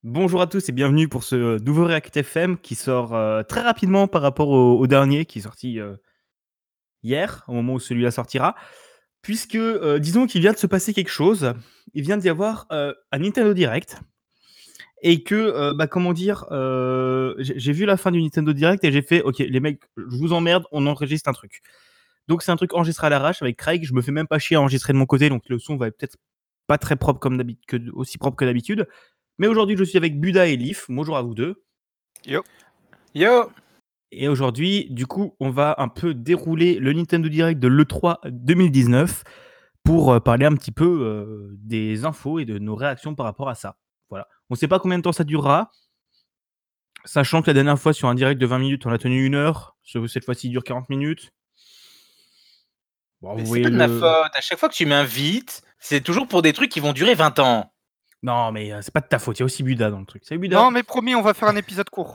Bonjour à tous et bienvenue pour ce nouveau React FM qui sort très rapidement par rapport au dernier qui est sorti hier, au moment où celui-là sortira. Puisque, disons qu'il vient de se passer quelque chose. Il vient d'y avoir un Nintendo Direct. Et que, comment dire, j'ai vu la fin du Nintendo Direct et j'ai fait ok, les mecs, je vous emmerde, on enregistre un truc. Donc, c'est un truc enregistré à l'arrache avec Craig. Je me fais même pas chier à enregistrer de mon côté, donc le son va être peut-être pas très propre comme d'habitude, aussi propre que d'habitude. Mais aujourd'hui, je suis avec Buda et Leaf. Bonjour à vous deux. Yo. Yo. Et aujourd'hui, du coup, on va un peu dérouler le Nintendo Direct de l'E3 2019 pour parler un petit peu des infos et de nos réactions par rapport à ça. Voilà. On ne sait pas combien de temps ça durera, sachant que la dernière fois, sur un direct de 20 minutes, on a tenu 1 heure. Cette fois-ci, il dure 40 minutes. Bon, Mais vous c'est voyez pas de ma le... faute. À chaque fois que tu m'invites, c'est toujours pour des trucs qui vont durer 20 ans. Non, mais c'est pas de ta faute. Il y a aussi Buda dans le truc. Salut Buda. Non, mais promis, on va faire un épisode court.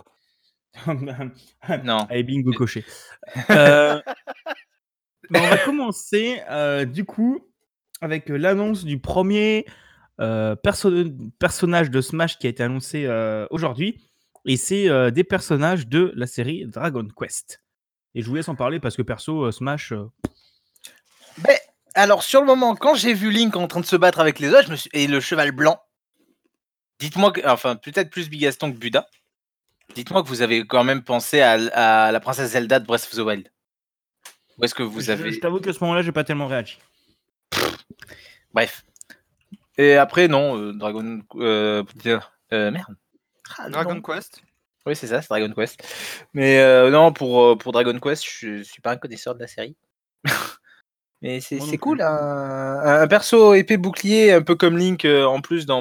Non. Allez, bingo coché. On va commencer, du coup, avec l'annonce du premier personnage de Smash qui a été annoncé aujourd'hui. Et c'est des personnages de la série Dragon Quest. Et je vous laisse en parler parce que perso, Smash... Ben, alors, sur le moment, quand j'ai vu Link en train de se battre avec les autres, et le cheval blanc, dites-moi que, enfin, peut-être plus Bigaston que Buda, dites-moi que vous avez quand même pensé à la princesse Zelda de Breath of the Wild. Ou est-ce que vous avez... Je t'avoue qu'à ce moment-là, j'ai pas tellement réagi. Bref. Et après, non, Dragon... merde. Dragon Quest. Oui, c'est ça, c'est Dragon Quest. Mais non, pour Dragon Quest, je suis pas un connaisseur de la série. Mais c'est cool, un perso épée bouclier, un peu comme Link en plus dans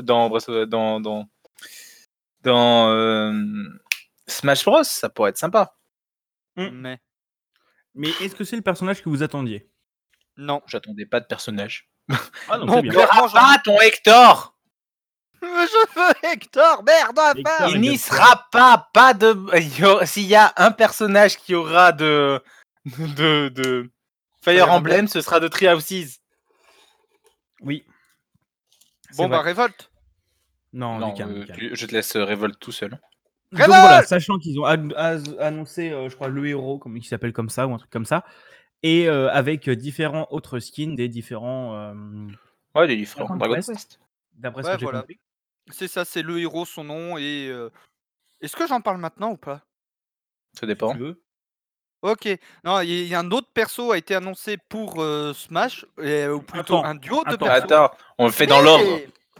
Smash Bros, ça pourrait être sympa. Mais est-ce que c'est le personnage que vous attendiez? non. J'attendais pas de personnage. Ah donc Bon, c'est bien. clairement, Ah, ton Hector. Je veux Hector, merde, Hector, Il n'y sera pas de... S'il y a un personnage qui aura de Fire Emblem, ce sera de Treehouses. Oui. Bon, bah, révolte. Non, je te laisse révolte tout seul. Donc voilà, sachant qu'ils ont annoncé, je crois, le héros, comme il s'appelle comme ça, ou un truc comme ça, et avec différents autres skins des différents... Ouais, des différents Dragon Quest. D'après ce que j'ai compris. C'est ça, c'est le héros, son nom, et... Est-ce que j'en parle maintenant ou pas? Ça dépend. Si tu veux. Ok. Non, il y a un autre perso a été annoncé pour Smash, ou plutôt un duo de persos. Attends, on le fait dans l'ordre.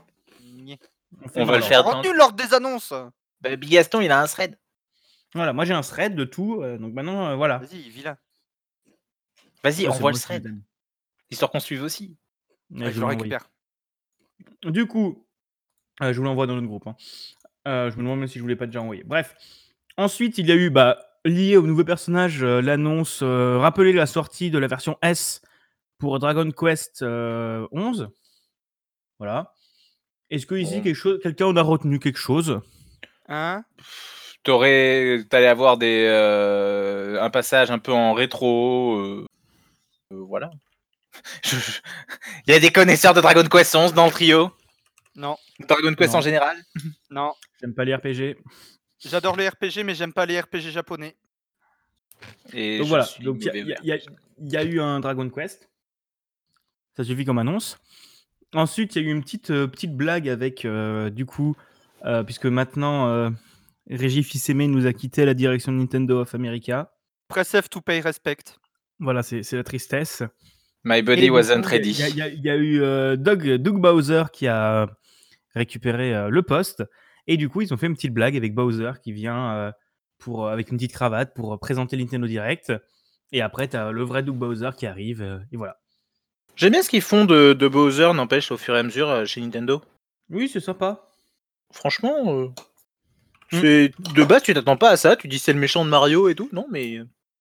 On va le faire dans l'ordre des annonces. Bah, Bigaston, il a un thread. Voilà, moi j'ai un thread de tout, donc maintenant, voilà. Vas-y, vilain. Vas-y, envoie le thread. Histoire qu'on suive aussi. Ouais, je le récupère. Du coup, je vous l'envoie dans notre groupe. Je me demande même si je ne vous l'ai pas déjà envoyé. Bref. Ensuite, il y a eu, lié au nouveau personnage, l'annonce, rappelez la sortie de la version S pour Dragon Quest 11. Voilà. Est-ce que ici, quelqu'un en a retenu quelque chose? Hein? T'allais avoir un passage un peu en rétro. Voilà. Il y a des connaisseurs de Dragon Quest 11 dans le trio? Non. Dragon Quest en général? Non. J'aime pas les RPG. J'adore les RPG, mais j'aime pas les RPG japonais. Et donc voilà, il y a eu un Dragon Quest. Ça suffit comme annonce. Ensuite, il y a eu une petite blague avec, du coup, puisque maintenant, Régis Fils-Aimé nous a quitté à la direction de Nintendo of America. Press F to pay respect. Voilà, c'est la tristesse. My body wasn't ready. Il y a eu Doug Bowser qui a récupéré le poste. Et du coup, ils ont fait une petite blague avec Bowser qui vient avec une petite cravate pour présenter Nintendo Direct. Et après, tu as le vrai Doug Bowser qui arrive. Et voilà. J'aime bien ce qu'ils font de Bowser, n'empêche, au fur et à mesure chez Nintendo. Oui, c'est sympa. Franchement, de base, tu t'attends pas à ça. Tu dis c'est le méchant de Mario et tout. Non, mais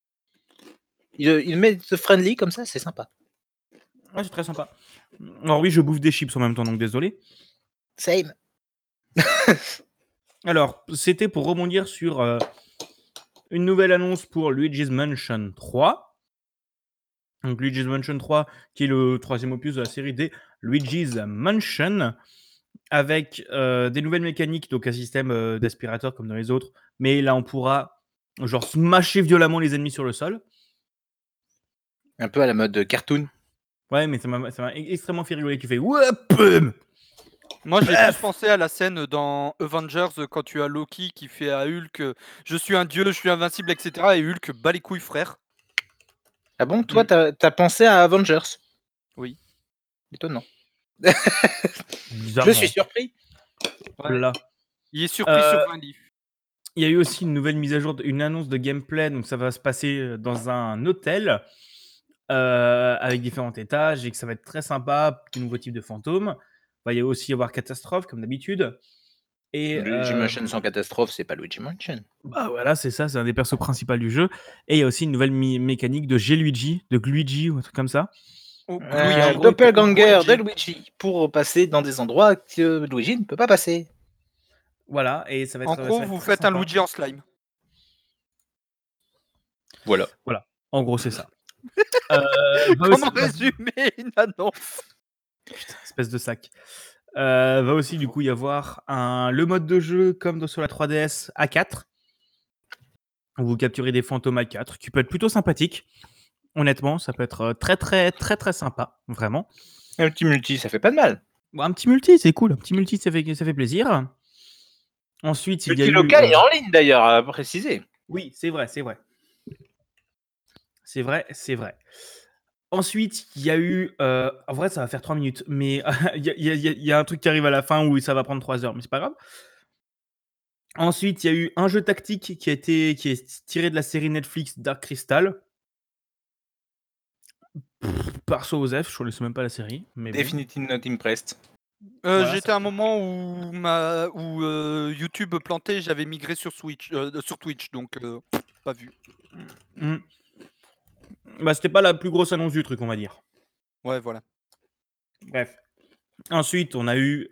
il met friendly comme ça, c'est sympa. Ouais, c'est très sympa. Alors oui, je bouffe des chips en même temps, donc désolé. Same. Alors, c'était pour rebondir sur une nouvelle annonce pour Luigi's Mansion 3. Donc Luigi's Mansion 3, qui est le 3e opus de la série des Luigi's Mansion. avec des nouvelles mécaniques, donc un système d'aspirateur comme dans les autres, mais là on pourra genre smasher violemment les ennemis sur le sol. Un peu à la mode cartoon. Ouais, mais ça m'a extrêmement fait rigoler qui fait ouais, boum. Moi, j'ai plus Paf pensé à la scène dans Avengers quand tu as Loki qui fait à Hulk je suis un dieu, je suis invincible, etc. Et Hulk bat les couilles, frère. Ah bon, toi, t'as pensé à Avengers? Oui. Étonnant. Je Bizarrement. suis surpris. Ouais. Là. Il est surpris sur Euh, 20 livres. Il y a eu aussi une nouvelle mise à jour, une annonce de gameplay, donc ça va se passer dans un hôtel avec différents étages et que ça va être très sympa, de nouveaux types de fantômes. Il va y aussi y avoir catastrophe comme d'habitude. Et Luigi Mansion sans catastrophe, c'est pas Luigi Mansion. bah voilà, c'est ça, c'est un des persos principaux du jeu. Et il y a aussi une nouvelle mécanique de G-Luigi, de Gluigi ou un truc comme ça. Oh, Luigi, en gros, Doppelganger de Luigi. Luigi pour passer dans des endroits que Luigi ne peut pas passer. Voilà, et ça va être, En gros, ça va être vous très faites un sympa. Luigi en slime. Voilà. Voilà, en gros, c'est ça. Comment résumer une annonce? Putain, espèce de sac. Va aussi du coup y avoir le mode de jeu comme sur la 3DS A4 où vous capturez des fantômes A4 qui peut être plutôt sympathique. Honnêtement, ça peut être très très très très sympa, vraiment. Un petit multi, ça fait pas de mal. Bon, un petit multi, c'est cool. Un petit multi, ça fait plaisir. Ensuite, il y a Multi eu. local et en ligne d'ailleurs, à préciser. Oui, c'est vrai, c'est vrai. C'est vrai, c'est vrai. Ensuite, il y a eu. En vrai, ça va faire 3 minutes, mais il y a un truc qui arrive à la fin où ça va prendre 3 heures, mais c'est pas grave. Ensuite, il y a eu un jeu tactique qui est tiré de la série Netflix Dark Crystal. Perso Osef, je ne connaissais même pas la série. Mais bon. Definitely not impressed. Voilà, J'étais à un moment où YouTube plantait, j'avais migré sur Twitch, donc pas vu. Bah, c'était pas la plus grosse annonce du truc, on va dire. Ouais, voilà. Bref. Ensuite, on a eu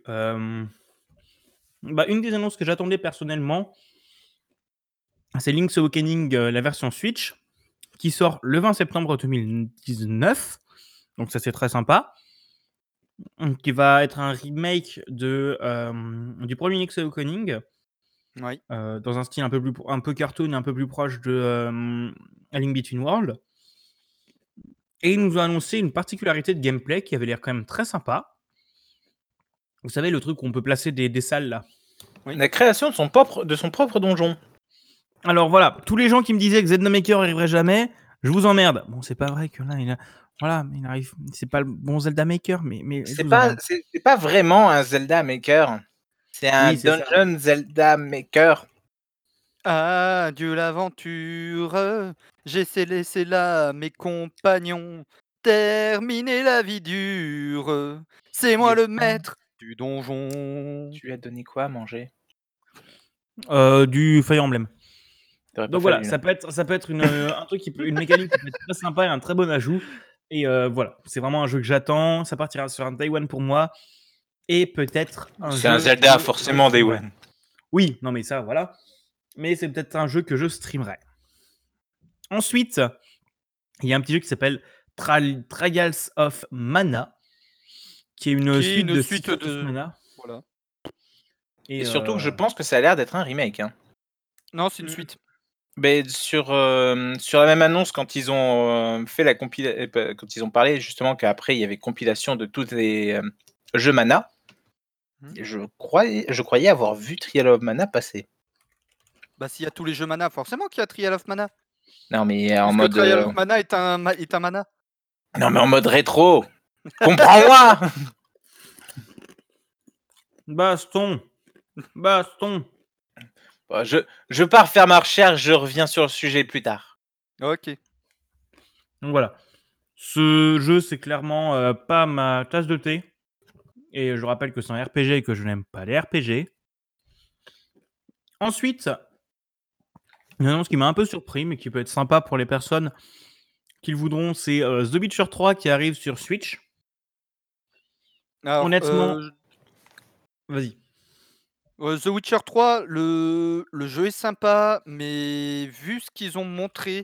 une des annonces que j'attendais personnellement. C'est Link's Awakening, la version Switch, qui sort le 20 septembre 2019. Donc ça, c'est très sympa. Qui va être un remake du premier Link's Awakening. Oui. Dans un style un peu cartoon, un peu plus proche de A Link Between Worlds. Et il nous a annoncé une particularité de gameplay qui avait l'air quand même très sympa. Vous savez, le truc où on peut placer des salles là. Oui. La création de son propre donjon. Alors voilà, tous les gens qui me disaient que Zelda Maker arriverait jamais, je vous emmerde. Bon, c'est pas vrai que là, il arrive. C'est pas le bon Zelda Maker, mais c'est pas vraiment un Zelda Maker. C'est un Dungeon Zelda Maker. Adieu l'aventure, j'ai laissé là mes compagnons, terminer la vie dure, c'est moi le maître du donjon. Tu lui as donné quoi à manger? Du Fire Emblem. Donc voilà, fallu, ça peut être un truc une mécanique qui peut être très sympa et un très bon ajout. Et voilà, c'est vraiment un jeu que j'attends. Ça partira sur un Day One pour moi. Et peut-être un jeu. C'est un Zelda, forcément Day One. Oui, non mais ça, voilà. Mais c'est peut-être un jeu que je streamerai. Ensuite, il y a un petit jeu qui s'appelle Trials of Mana, qui est une suite de Secret of Mana. Voilà. Et surtout que je pense que ça a l'air d'être un remake. Hein. Non, c'est une suite. Mais sur la même annonce, quand ils ont fait la quand ils ont parlé justement qu'après il y avait compilation de tous les jeux Mana, je croyais avoir vu Trial of Mana passer. Bah s'il y a tous les jeux Mana, forcément qu'il y a Trial of Mana. Non mais en mode. Trial of Mana est un Mana. Non mais en mode rétro. Comprends-moi. Baston. Bon, je pars faire ma recherche, je reviens sur le sujet plus tard. Ok. Donc voilà. Ce jeu, c'est clairement pas ma tasse de thé. Et je rappelle que c'est un RPG et que je n'aime pas les RPG. Ensuite, une annonce qui m'a un peu surpris, mais qui peut être sympa pour les personnes qui le voudront, c'est The Witcher 3 qui arrive sur Switch. Alors, honnêtement, vas-y. The Witcher 3, le jeu est sympa, mais vu ce qu'ils ont montré,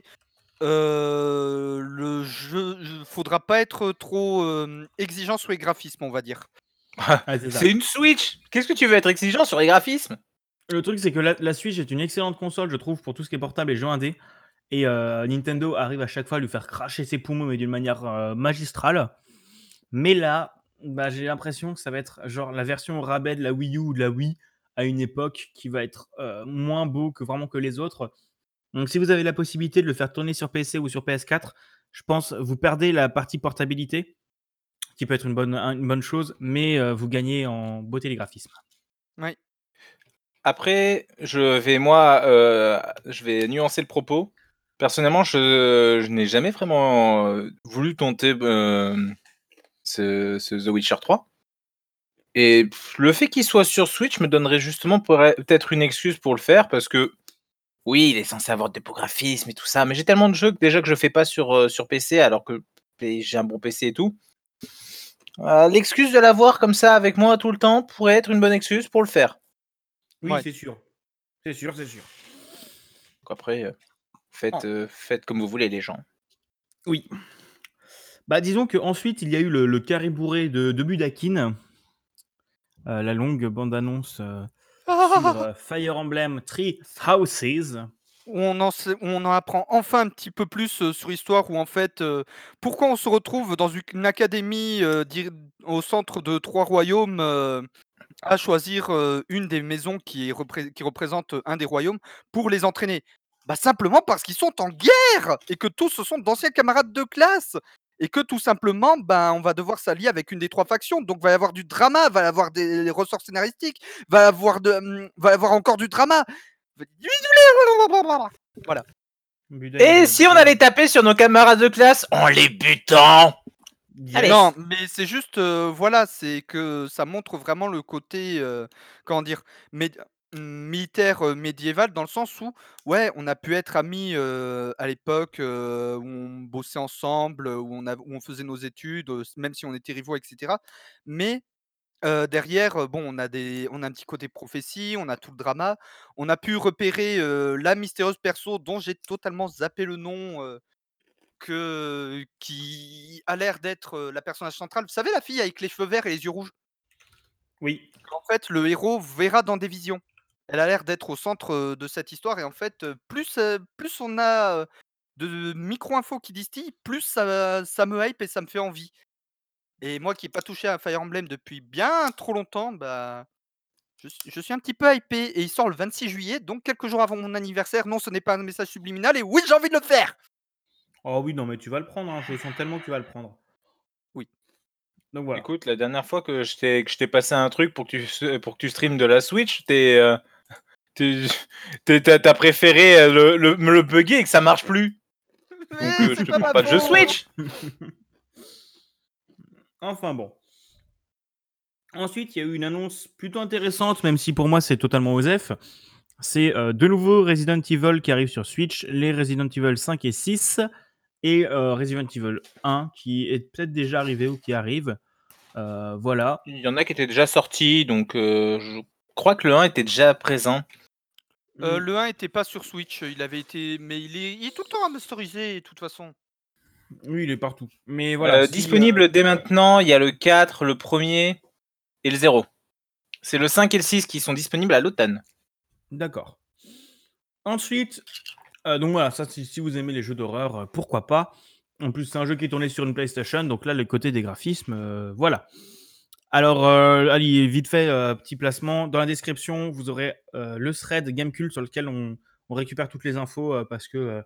le jeu, faudra pas être trop exigeant sur les graphismes, on va dire. Ouais, c'est ça. C'est une Switch. Qu'est-ce que tu veux être exigeant sur les graphismes? Le truc, c'est que la Switch est une excellente console, je trouve, pour tout ce qui est portable et jeux indés. Et Nintendo arrive à chaque fois à lui faire cracher ses poumons, mais d'une manière magistrale. Mais là, bah, j'ai l'impression que ça va être genre la version rabais de la Wii U ou de la Wii à une époque qui va être moins beau que vraiment que les autres. Donc, si vous avez la possibilité de le faire tourner sur PC ou sur PS4, je pense vous perdez la partie portabilité, qui peut être une bonne chose, mais vous gagnez en beauté des graphismes. Oui. Après, je vais nuancer le propos. Personnellement, je n'ai jamais vraiment voulu tenter ce The Witcher 3. Et le fait qu'il soit sur Switch me donnerait justement peut-être une excuse pour le faire parce que oui, il est censé avoir des beaux graphismes et tout ça, mais j'ai tellement de jeux que déjà que je fais pas sur PC alors que j'ai un bon PC et tout. L'excuse de l'avoir comme ça avec moi tout le temps pourrait être une bonne excuse pour le faire. Oui, Ouais. c'est sûr. C'est sûr. Donc après, Oh. faites comme vous voulez les gens. Oui. Bah, disons qu'ensuite, il y a eu le carré-bourré de Budakin, la longue bande-annonce sur Fire Emblem Three Houses. Où on en apprend enfin un petit peu plus sur l'histoire, où en fait, pourquoi on se retrouve dans une académie au centre de 3 royaumes, à choisir une des maisons qui représente un des royaumes pour les entraîner. Bah, simplement parce qu'ils sont en guerre et que tous ce sont d'anciens camarades de classe et que tout simplement, ben, on va devoir s'allier avec une des 3 factions. Donc va y avoir du drama, va y avoir des ressorts scénaristiques, va y avoir encore du drama. Voilà. Et si on allait taper sur nos camarades de classe en les butant? Allez. Non, mais c'est juste, voilà, c'est que ça montre vraiment le côté, comment dire? Militaire, médiéval, dans le sens où, ouais, on a pu être amis, à l'époque, où on bossait ensemble, où on faisait nos études, même si on était rivaux et cetera. Mais, derrière, bon, on a un petit côté prophétie, on a tout le drama. On a pu repérer, la mystérieuse perso dont j'ai totalement zappé le nom, qui a l'air d'être, la personnage centrale. Vous savez, la fille avec les cheveux verts et les yeux rouges? Oui. En fait, le héros verra dans des visions. Elle a l'air d'être au centre, de cette histoire, et en fait, plus on a, de micro-infos qui distillent, plus ça me hype et ça me fait envie. Et moi qui ai pas touché à Fire Emblem depuis bien trop longtemps, bah, je suis un petit peu hypé, et il sort le 26 juillet, donc quelques jours avant mon anniversaire. Non, ce n'est pas un message subliminal, et oui, j'ai envie de le faire! Oh oui, non, mais tu vas le prendre, hein, je sens tellement que tu vas le prendre. Oui. Donc voilà. Écoute, la dernière fois que je t'ai passé un truc pour que tu streames de la Switch, t'as préféré me le bugger et que ça marche plus. Donc Mais je c'est te pas parle ma pas de jeu faute! Switch. Enfin bon. Ensuite, il y a eu une annonce plutôt intéressante, même si pour moi c'est totalement osef. C'est de nouveau Resident Evil qui arrive sur Switch, les Resident Evil 5 et 6, et Resident Evil 1 qui est peut-être déjà arrivé ou qui arrive. Voilà. Il y en a qui étaient déjà sortis, donc je crois que le 1 était déjà présent. Le 1 était pas sur Switch, il avait été, mais il est tout le temps remasterisé de toute façon. Oui, il est partout. Mais voilà, si, Disponible dès maintenant, il y a le 4, le premier et le 0. C'est le 5 et le 6 qui sont disponibles à l'automne. D'accord. Ensuite, donc voilà, ça, si vous aimez les jeux d'horreur, pourquoi pas. En plus, c'est un jeu qui est tourné sur une PlayStation, donc là, le côté des graphismes, voilà. Alors, allez, vite fait, petit placement. Dans la description, vous aurez le thread Gamecult sur lequel on récupère toutes les infos parce que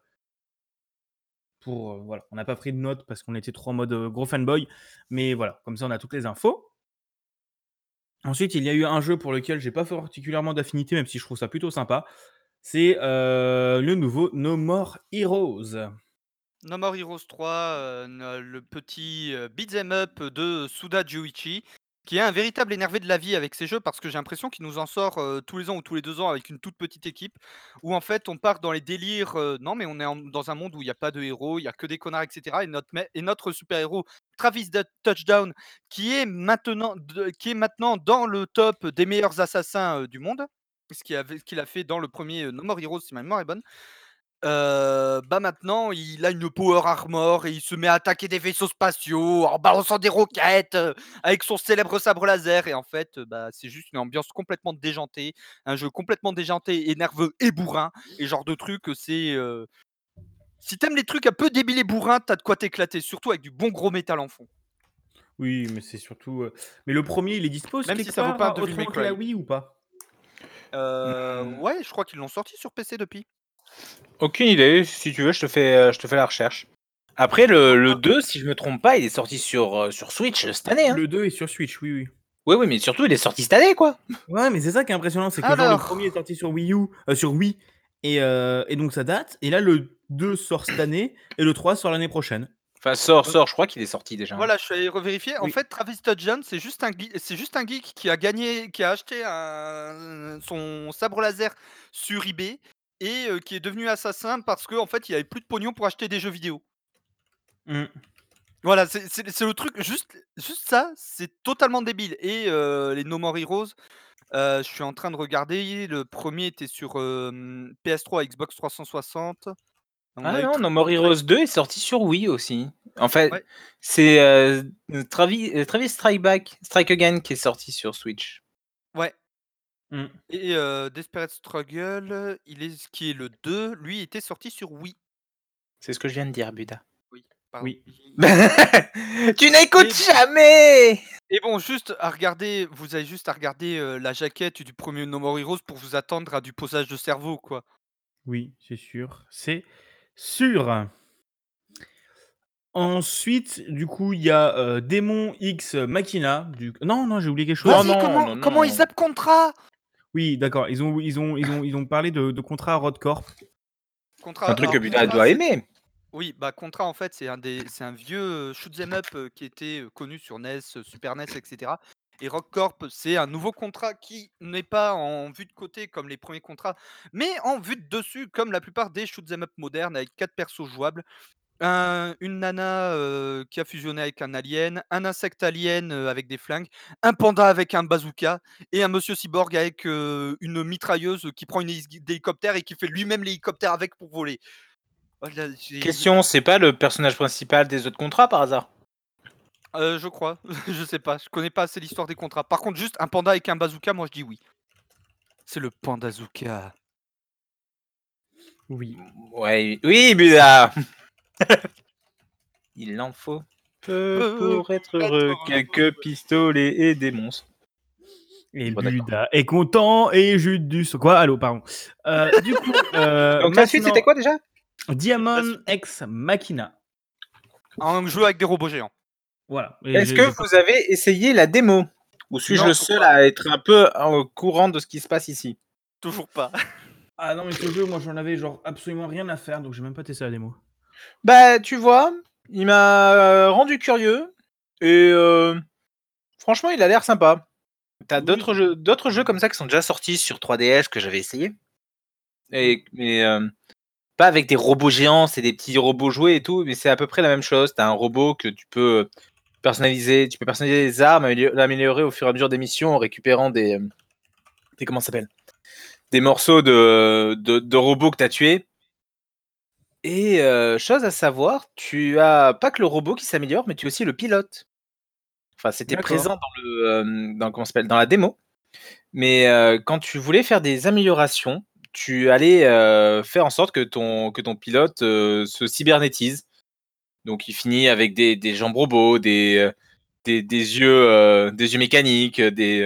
voilà, on n'a pas pris de notes parce qu'on était trop en mode gros fanboy. Mais voilà, comme ça, on a toutes les infos. Ensuite, il y a eu un jeu pour lequel j'ai pas particulièrement d'affinité, même si je trouve ça plutôt sympa. C'est le nouveau No More Heroes. No More Heroes 3, le petit, beat'em up de Suda Joichi, qui est un véritable énervé de la vie avec ces jeux, parce que j'ai l'impression qu'il nous en sort, tous les ans ou tous les 2 ans avec une toute petite équipe, où en fait on part dans les délires, non mais on est dans un monde où il y a pas de héros, il y a que des connards et cetera, et notre super héros Travis Touchdown, qui est maintenant dans le top des meilleurs assassins, du monde, ce qu'il a fait dans le premier No More Heroes, si ma mémoire est bonne. bah, maintenant, il a une power armor et il se met à attaquer des vaisseaux spatiaux en balançant des roquettes, avec son célèbre sabre laser et en fait, bah, c'est juste une ambiance complètement déjantée, un jeu complètement déjanté et nerveux et bourrin et genre de truc, si t'aimes les trucs un peu débiles et bourrins, tu de quoi t'éclater, surtout avec du bon gros métal en fond. Oui, mais c'est surtout, mais le premier, il est dispo Même si quelque ça vaut part, pas un Devil May autrement que la Cry. Wii ou pas? Ouais, je crois qu'ils l'ont sorti sur PC depuis. Aucune idée. Si tu veux, je te fais la recherche. Après, le 2, si je me trompe pas, il est sorti sur Switch cette année. Hein. Le 2 est sur Switch, oui, oui. Oui, oui, mais surtout, il est sorti cette année, quoi. Ouais, mais c'est ça qui est impressionnant, c'est que genre le Alors, premier est sorti sur Wii U, sur Wii et donc ça date et là le 2 sort cette année et le 3 sort l'année prochaine. Enfin, je crois qu'il est sorti déjà. Hein. voilà, je suis allé revérifier. En Oui. fait, Travis Sturgeon, c'est juste un geek qui a gagné, qui a acheté son sabre laser sur eBay et qui est devenu assassin parce qu'en fait, il avait plus de pognon pour acheter des jeux vidéo. Mmh. Voilà, c'est le truc, juste ça, c'est totalement débile. Et les No More Heroes, je suis en train de regarder. Le premier était sur PS3, Xbox 360. On Ah a eu non, No More Heroes 2 est sorti sur Wii aussi. En fait, Ouais. c'est Travis Strike Again qui est sorti sur Switch. Ouais. Mmh. Et Desperate Struggle, qui est le 2, lui était sorti sur Wii. C'est ce que je viens de dire, Buda. Oui, pardon. Oui. Tu n'écoutes Et- jamais. Et bon, juste à regarder, vous avez juste à regarder la jaquette du premier No More Heroes pour vous attendre à du posage de cerveau, quoi. Oui, c'est sûr, c'est sûr. Ensuite, du coup, il y a, Démon X Machina non, j'ai oublié quelque chose. Non, Vas-y, non, comment ils non. zappent Contra Oui, d'accord, ils ont parlé de contrat Rodcorp. Contra, Un truc que alors, Buda Contra, doit c'est- aimer. Oui, bah Contra en fait c'est un vieux shoot 'em up qui était connu sur NES, Super NES, etc. Et Rock Corp, c'est un nouveau contrat qui n'est pas en vue de côté comme les premiers contrats, mais en vue de dessus comme la plupart des shoot 'em up modernes avec 4 persos jouables. Une nana qui a fusionné avec un alien, un insecte alien avec des flingues, un panda avec un bazooka et un monsieur cyborg avec une mitrailleuse qui prend une d'hélicoptère et qui fait lui-même l'hélicoptère avec pour voler. Voilà, Question, c'est pas le personnage principal des autres contrats par hasard? Je crois, je sais pas, je connais pas assez l'histoire des contrats. Par contre, juste un panda avec un bazooka, moi je dis oui. C'est le Pandazooka. Oui. Ouais, oui, Buda. Il en faut peu Peu pour être heureux, quelques pistolets et des monstres. Et Bon, d'accord. Buda est content et Judus quoi? Allô, pardon. Du coup, Donc la suite, c'était quoi déjà? Diamond X Machina. Un jeu avec des robots géants. Voilà. Et Est-ce que vous avez essayé la démo? Ou suis-je Non, le seul à être un peu au courant de ce qui se passe ici? Toujours pas. Ah non, mais ce jeu, moi, j'en avais genre absolument rien à faire, donc j'ai même pas testé la démo. Bah, tu vois, il m'a rendu curieux et franchement, il a l'air sympa. T'as Oui. d'autres jeux comme ça qui sont déjà sortis sur 3DS que j'avais essayé. Mais pas avec des robots géants, c'est des petits robots jouets et tout, mais c'est à peu près la même chose. T'as un robot que tu peux personnaliser les armes, l'améliorer au fur et à mesure des missions en récupérant comment ça s'appelle? Des morceaux de robots que t'as tués. Et chose à savoir, tu as pas que le robot qui s'améliore, mais tu as aussi le pilote. Enfin, c'était D'accord. présent comment ça s'appelle? Dans la démo. Mais quand tu voulais faire des améliorations, tu allais faire en sorte que ton pilote se cybernétise. Donc il finit avec des jambes robots, des yeux mécaniques,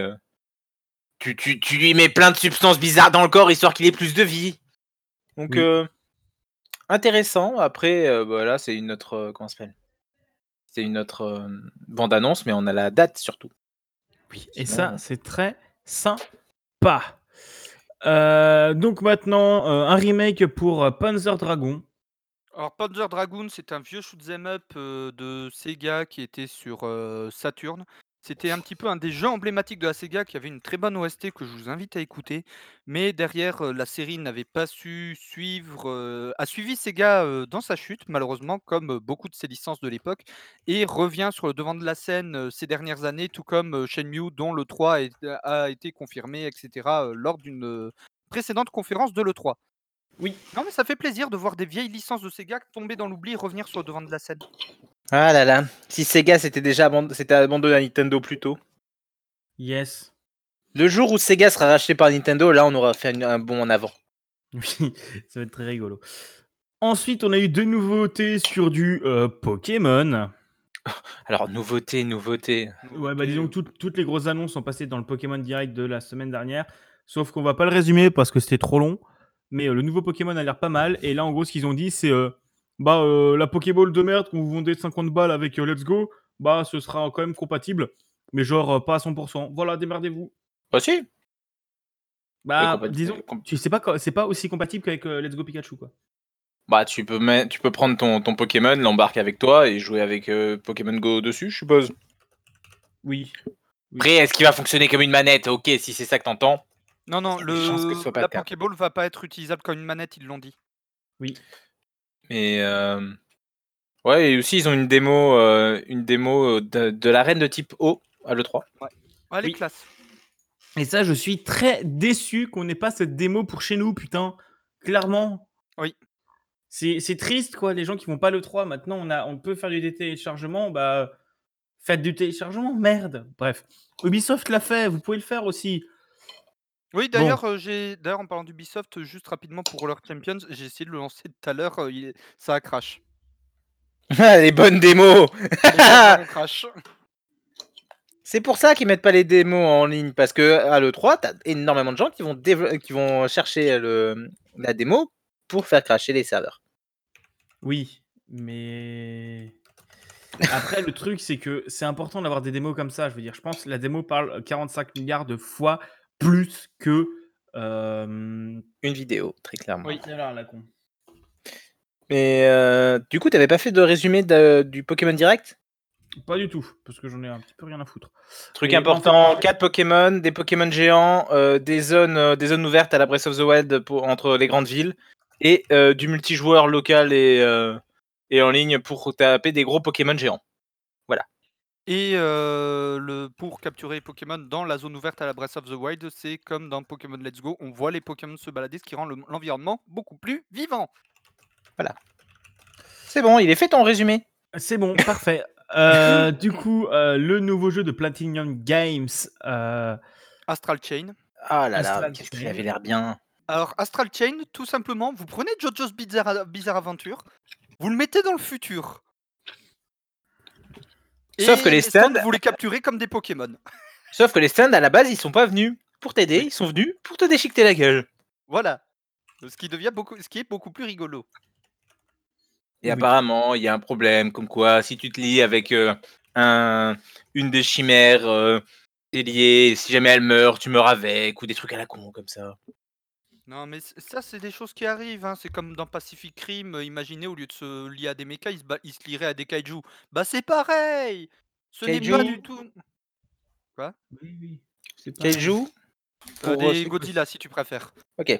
tu lui mets plein de substances bizarres dans le corps histoire qu'il ait plus de vie. Donc Oui. intéressant. Après, voilà, c'est une autre comment ça s'appelle? C'est une autre bande-annonce, mais on a la date surtout. Oui. Et Sinon, ça, c'est très sympa. Donc maintenant, un remake pour Panzer Dragon. Alors, Panzer Dragoon, c'est un vieux shoot 'em up de Sega qui était sur Saturn. C'était un petit peu un des jeux emblématiques de la Sega qui avait une très bonne OST que je vous invite à écouter. Mais derrière, la série n'avait pas su suivre, a suivi Sega dans sa chute, malheureusement, comme beaucoup de ses licences de l'époque, et revient sur le devant de la scène ces dernières années, tout comme Shenmue, dont le 3 a été confirmé, etc., lors d'une précédente conférence de l'E3. Oui. Non, mais ça fait plaisir de voir des vieilles licences de Sega tomber dans l'oubli et revenir sur le devant de la scène. Ah là là, si Sega s'était abandonné à Nintendo plus tôt. Yes. Le jour où Sega sera racheté par Nintendo, là on aura fait un bond en avant. Oui, ça va être très rigolo. Ensuite, on a eu 2 nouveautés sur du Pokémon. Alors nouveauté. Ouais, bah disons que toutes les grosses annonces sont passées dans le Pokémon Direct de la semaine dernière. Sauf qu'on va pas le résumer parce que c'était trop long. Mais le nouveau Pokémon a l'air pas mal. Et là, en gros, ce qu'ils ont dit, c'est la Pokéball de merde qu'on vous vendait 50 balles avec Let's Go, bah ce sera quand même compatible. Mais genre pas à 100%. Voilà, démerdez-vous. Bah si. Bah, disons, c'est pas aussi compatible qu'avec Let's Go Pikachu, quoi. Bah tu peux prendre ton Pokémon, l'embarquer avec toi et jouer avec Pokémon Go dessus, je suppose. Oui. Après, est-ce qu'il va fonctionner comme une manette? Ok, si c'est ça que t'entends. Non, des chances que ce soit pas la le cas. Pokéball va pas être utilisable comme une manette, ils l'ont dit. Oui. Mais ouais, et aussi ils ont une démo de l'arène de type O à l'E3. Ouais, elle est Oui. classe. Et ça, je suis très déçu qu'on n'ait pas cette démo pour chez nous, putain. Clairement. Oui. C'est triste, quoi. Les gens qui vont pas le 3, maintenant, on peut faire du téléchargement. Bah, faites du téléchargement, merde. Bref. Ubisoft l'a fait, vous pouvez le faire aussi. Oui, Bon. d'ailleurs, en parlant d'Ubisoft, juste rapidement pour leur Champions, j'ai essayé de le lancer tout à l'heure, ça a crash. Les bonnes démos. Ça crash. C'est pour ça qu'ils mettent pas les démos en ligne, parce que à l'E3, t'as énormément de gens qui vont chercher la démo pour faire crasher les serveurs. Oui, mais après, le truc, c'est que c'est important d'avoir des démos comme ça. Je veux dire, je pense que la démo parle 45 milliards de fois plus que une vidéo, très clairement. Oui, c'est là, la con. Mais du coup, t'avais pas fait de résumé du Pokémon Direct? Pas du tout, parce que j'en ai un petit peu rien à foutre. Truc Mais important, 4 Pokémon, des Pokémon géants, des zones ouvertes à la Breath of the Wild entre les grandes villes, et du multijoueur local et en ligne pour taper des gros Pokémon géants. Voilà. Et pour capturer les Pokémon dans la zone ouverte à la Breath of the Wild, c'est comme dans Pokémon Let's Go, on voit les Pokémon se balader, ce qui rend l'environnement beaucoup plus vivant. Voilà. C'est bon, il est fait ton résumé. C'est bon, parfait. Du coup, le nouveau jeu de Platinum Games, Astral Chain. Ah là là, Astral qu'est-ce qu'il Chain. avait l'air bien. Alors, Astral Chain, tout simplement, vous prenez JoJo's Bizarre Adventure, vous le mettez dans le futur. Sauf que les stands, vous les capturez comme des Pokémon. Sauf que les stands, à la base, ils sont pas venus pour t'aider, Oui. ils sont venus pour te déchiqueter la gueule. Voilà. Ce qui est beaucoup plus rigolo. Et apparemment, il y a un problème, comme quoi, si tu te lies avec une des chimères, t'es lié, si jamais elle meurt, tu meurs avec, ou des trucs à la con, comme ça. Non, mais ça, c'est des choses qui arrivent. Hein. C'est comme dans Pacific Rim. Imaginez, au lieu de se lier à des mechas, ils se lieraient à des kaiju. Bah, c'est pareil. Ce n'est pas du tout. Quoi? Oui. Kaiju des Godzilla, si tu préfères. Ok.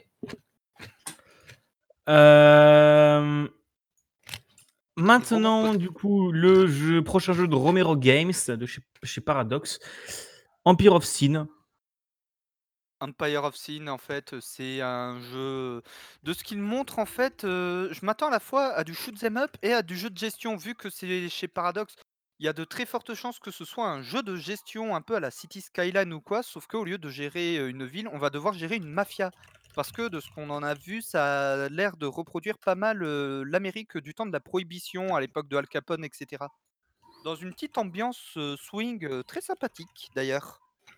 Maintenant, du coup, le prochain jeu de Romero Games, de chez Paradox, Empire of Sin. Empire of Sin, en fait, c'est un jeu. De ce qu'il montre, en fait, je m'attends à la fois à du shoot 'em up et à du jeu de gestion, vu que c'est chez Paradox. Il y a de très fortes chances que ce soit un jeu de gestion un peu à la City Skyline ou quoi, sauf qu'au lieu de gérer une ville, on va devoir gérer une mafia. Parce que de ce qu'on en a vu, ça a l'air de reproduire pas mal l'Amérique du temps de la prohibition, à l'époque de Al Capone, etc. Dans une petite ambiance swing très sympathique, d'ailleurs.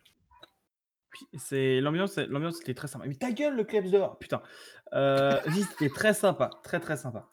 C'est l'ambiance était très sympa. Mais ta gueule, le Klebs dehors, putain. Si, c'était très sympa, très sympa.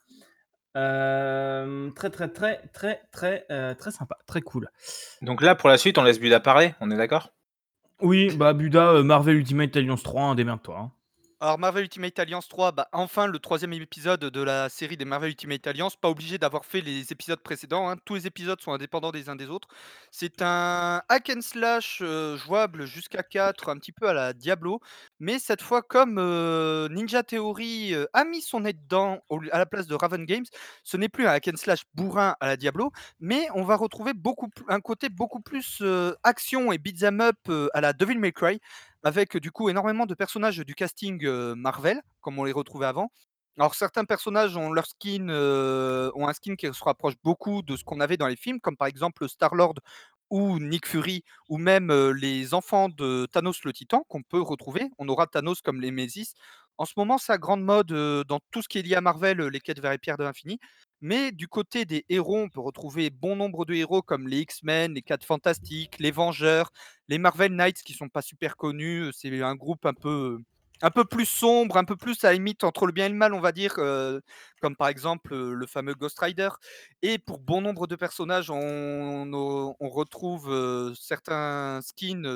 Très sympa, très cool. Donc là, pour la suite, on laisse Buda parler, on est d'accord? Oui, bah Buda, Marvel Ultimate Alliance 3, hein, démerde-toi. Hein. Alors Marvel Ultimate Alliance 3, bah enfin le troisième épisode de la série des Marvel Ultimate Alliance, pas obligé d'avoir fait les épisodes précédents, hein. Tous les épisodes sont indépendants des uns des autres. C'est un hack and slash jouable jusqu'à 4, un petit peu à la Diablo, mais cette fois comme Ninja Theory a mis son nez dedans à la place de Raven Games, ce n'est plus un hack and slash bourrin à la Diablo, mais on va retrouver un côté beaucoup plus action et beat'em up à la Devil May Cry, avec du coup énormément de personnages du casting Marvel, comme on les retrouvait avant. Alors certains personnages ont leur skin, ont un skin qui se rapproche beaucoup de ce qu'on avait dans les films, comme par exemple Star-Lord ou Nick Fury, ou même les enfants de Thanos le Titan qu'on peut retrouver. On aura Thanos comme les Mésis. En ce moment, c'est à grande mode dans tout ce qui est lié à Marvel, les quêtes vers les pierres de l'infini. Mais du côté des héros, on peut retrouver bon nombre de héros comme les X-Men, les 4 Fantastiques, les Vengeurs, les Marvel Knights qui sont pas super connus. C'est un groupe un peu plus sombre, un peu plus à la limite entre le bien et le mal, on va dire, comme par exemple le fameux Ghost Rider. Et pour bon nombre de personnages, on retrouve certains skins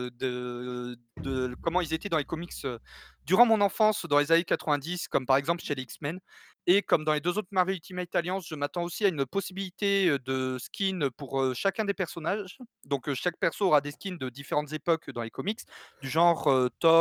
de comment ils étaient dans les comics durant mon enfance, dans les années 90, comme par exemple chez les X-Men. Et comme dans les deux autres Marvel Ultimate Alliance, je m'attends aussi à une possibilité de skin pour chacun des personnages. Donc chaque perso aura des skins de différentes époques dans les comics, du genre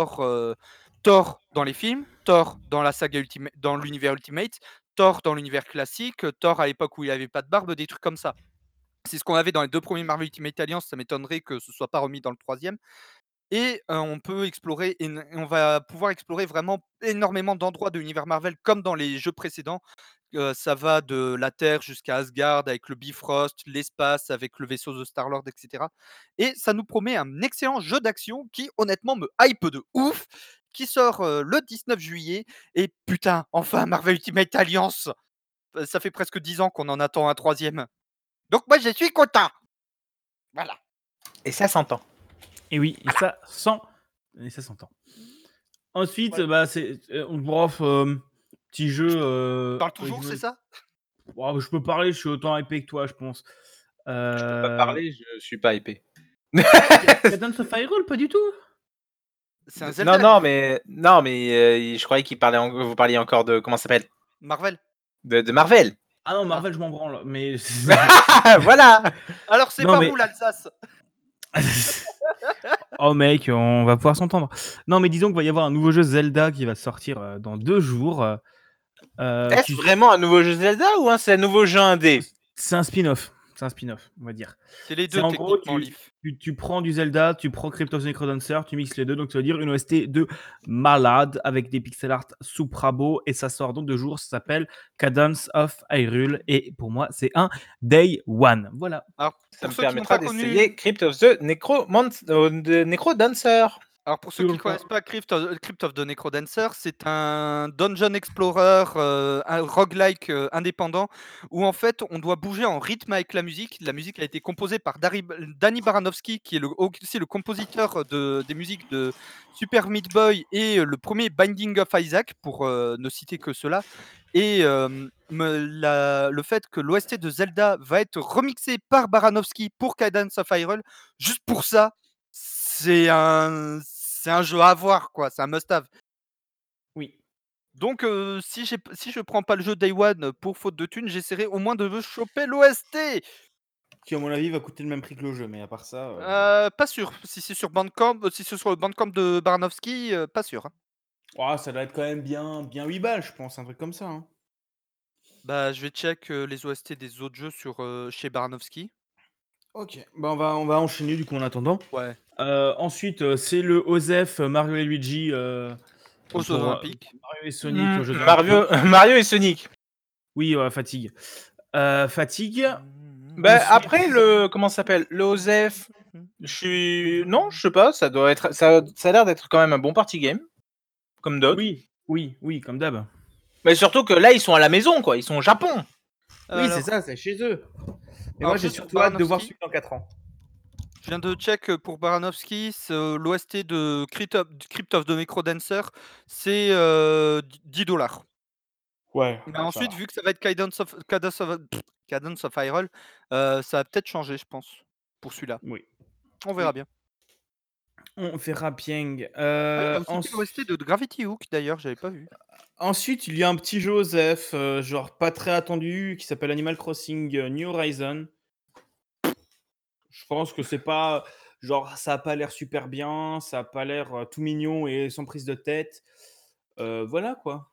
Thor dans les films, Thor dans la saga Ultimate, dans l'univers Ultimate, Thor dans l'univers classique, Thor à l'époque où il avait pas de barbe, des trucs comme ça. C'est ce qu'on avait dans les 2 premiers Marvel Ultimate Alliance, ça m'étonnerait que ce soit pas remis dans le troisième. Et on peut explorer on va pouvoir explorer vraiment énormément d'endroits de l'univers Marvel comme dans les jeux précédents. Ça va de la Terre jusqu'à Asgard avec le Bifrost, l'espace avec le vaisseau de Star-Lord, et cetera. Et ça nous promet un excellent jeu d'action qui, honnêtement, me hype de ouf, qui sort, le 19 juillet et putain, enfin Marvel Ultimate Alliance! Ça fait presque 10 ans qu'on en attend un troisième. Donc moi, je suis content! Voilà. Et ça s'entend. Et oui, et ça s'entend. Ensuite, Ouais. c'est petit jeu. Tu parles toujours, c'est ça? Je peux parler, je suis autant hypé que toi, je pense. Je peux pas parler, je suis pas hypé. Cadence of Hyrule, pas du tout. C'est un Zelda, Non, mais je croyais vous parliez encore de comment ça s'appelle? Marvel. De Marvel. Ah non, Marvel, je m'en branle, mais Voilà. Alors c'est Non, par mais- où l'Alsace? Oh mec, on va pouvoir s'entendre. Non, mais disons qu'il va y avoir un nouveau jeu Zelda qui va sortir dans 2 jours. Est-ce vraiment un nouveau jeu Zelda ou c'est un nouveau jeu indé? C'est un spin-off. C'est un spin-off, on va dire. C'est les deux En gros, techniquement, Leaf. tu prends du Zelda, tu prends Crypt of the Necrodancer, tu mixes les deux, donc ça veut dire une OST de malade avec des pixel art super beaux et ça sort dans 2 jours. Ça s'appelle Cadence of Hyrule et pour moi, c'est un Day One. Voilà. Alors Ça pour me ceux qui n'ont permettra pas connu, d'essayer Crypt of the Necrodancer. alors pour ceux qui ne Toujours connaissent pas Crypt of the Necrodancer, c'est un dungeon explorer, un roguelike indépendant où en fait on doit bouger en rythme avec la musique. La musique a été composée par Danny Baranowski, qui est aussi le compositeur des musiques de Super Meat Boy et le premier Binding of Isaac, pour ne citer que cela. Et le fait que l'OST de Zelda va être remixé par Baranowski pour Cadence of Hyrule, juste pour ça, c'est un jeu à avoir, quoi, c'est un must-have. Oui. Donc si je prends pas le jeu Day One pour faute de thunes, j'essaierai au moins de choper l'OST. Qui, à mon avis, va coûter le même prix que le jeu, mais à part ça. Pas sûr. Si c'est sur Bandcamp, si c'est sur le Bandcamp de Baranowski, pas sûr, hein. Ça doit être quand même bien 8 balles, je pense, un truc comme ça. Hein. Bah, je vais check les OST des autres jeux sur chez Baranowski. Ok, bah on va enchaîner du coup en attendant. Ouais. Ensuite, c'est le OZEF Mario et Luigi Aux Jeux Olympiques. Mario et Sonic aux Jeux Mario et Sonic. Oui, fatigue. Fatigue. Bah, Ensuite- après comment ça s'appelle? Le OZEF. Non, je sais pas, ça a l'air d'être quand même un bon party game. Comme d'autres. Oui, comme d'hab. Mais surtout que là, ils sont à la maison, quoi. Ils sont au Japon. Oui, Alors, c'est ça, c'est chez eux. Et alors, moi, j'ai juste surtout hâte de voir Baranowski. celui dans 4 ans. Je viens de check pour Baranowski, l'OST de Crypt of the Necrodancer, c'est 10 $. Ouais. Mais ensuite, vu que ça va être Cadence of Hyrule, ça va peut-être changer, je pense, pour celui-là. Oui. On verra bien. On verra bien. Il y a aussi l'OST de Gravity Hook, d'ailleurs, j'avais pas vu. Ensuite, il y a un petit jeu OZEF, genre pas très attendu, qui s'appelle Animal Crossing New Horizon. Je pense que c'est pas. Genre, ça a pas l'air super bien, ça a pas l'air tout mignon et sans prise de tête. Voilà quoi.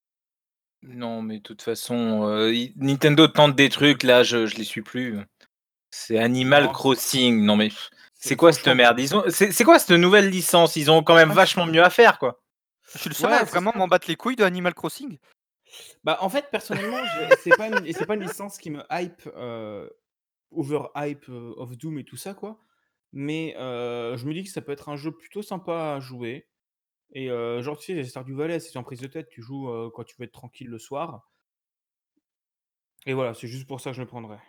Non, mais de toute façon, Nintendo tente des trucs, là, je les suis plus. C'est Animal Non. Crossing. Non, mais c'est quoi cette merde? C'est quoi cette nouvelle licence? Ils ont quand même Ah, vachement mieux à faire, quoi. Je suis le seul Ouais, à c'est vraiment m'en battre les couilles de Animal Crossing. Bah, en fait, personnellement, c'est pas une licence qui me hype, overhype, of Doom et tout ça, quoi. Mais je me dis que ça peut être un jeu plutôt sympa à jouer et genre, tu sais, les Stardew Valley, c'est en prise de tête, tu joues, quand tu veux être tranquille le soir et voilà, c'est juste pour ça que je le prendrais.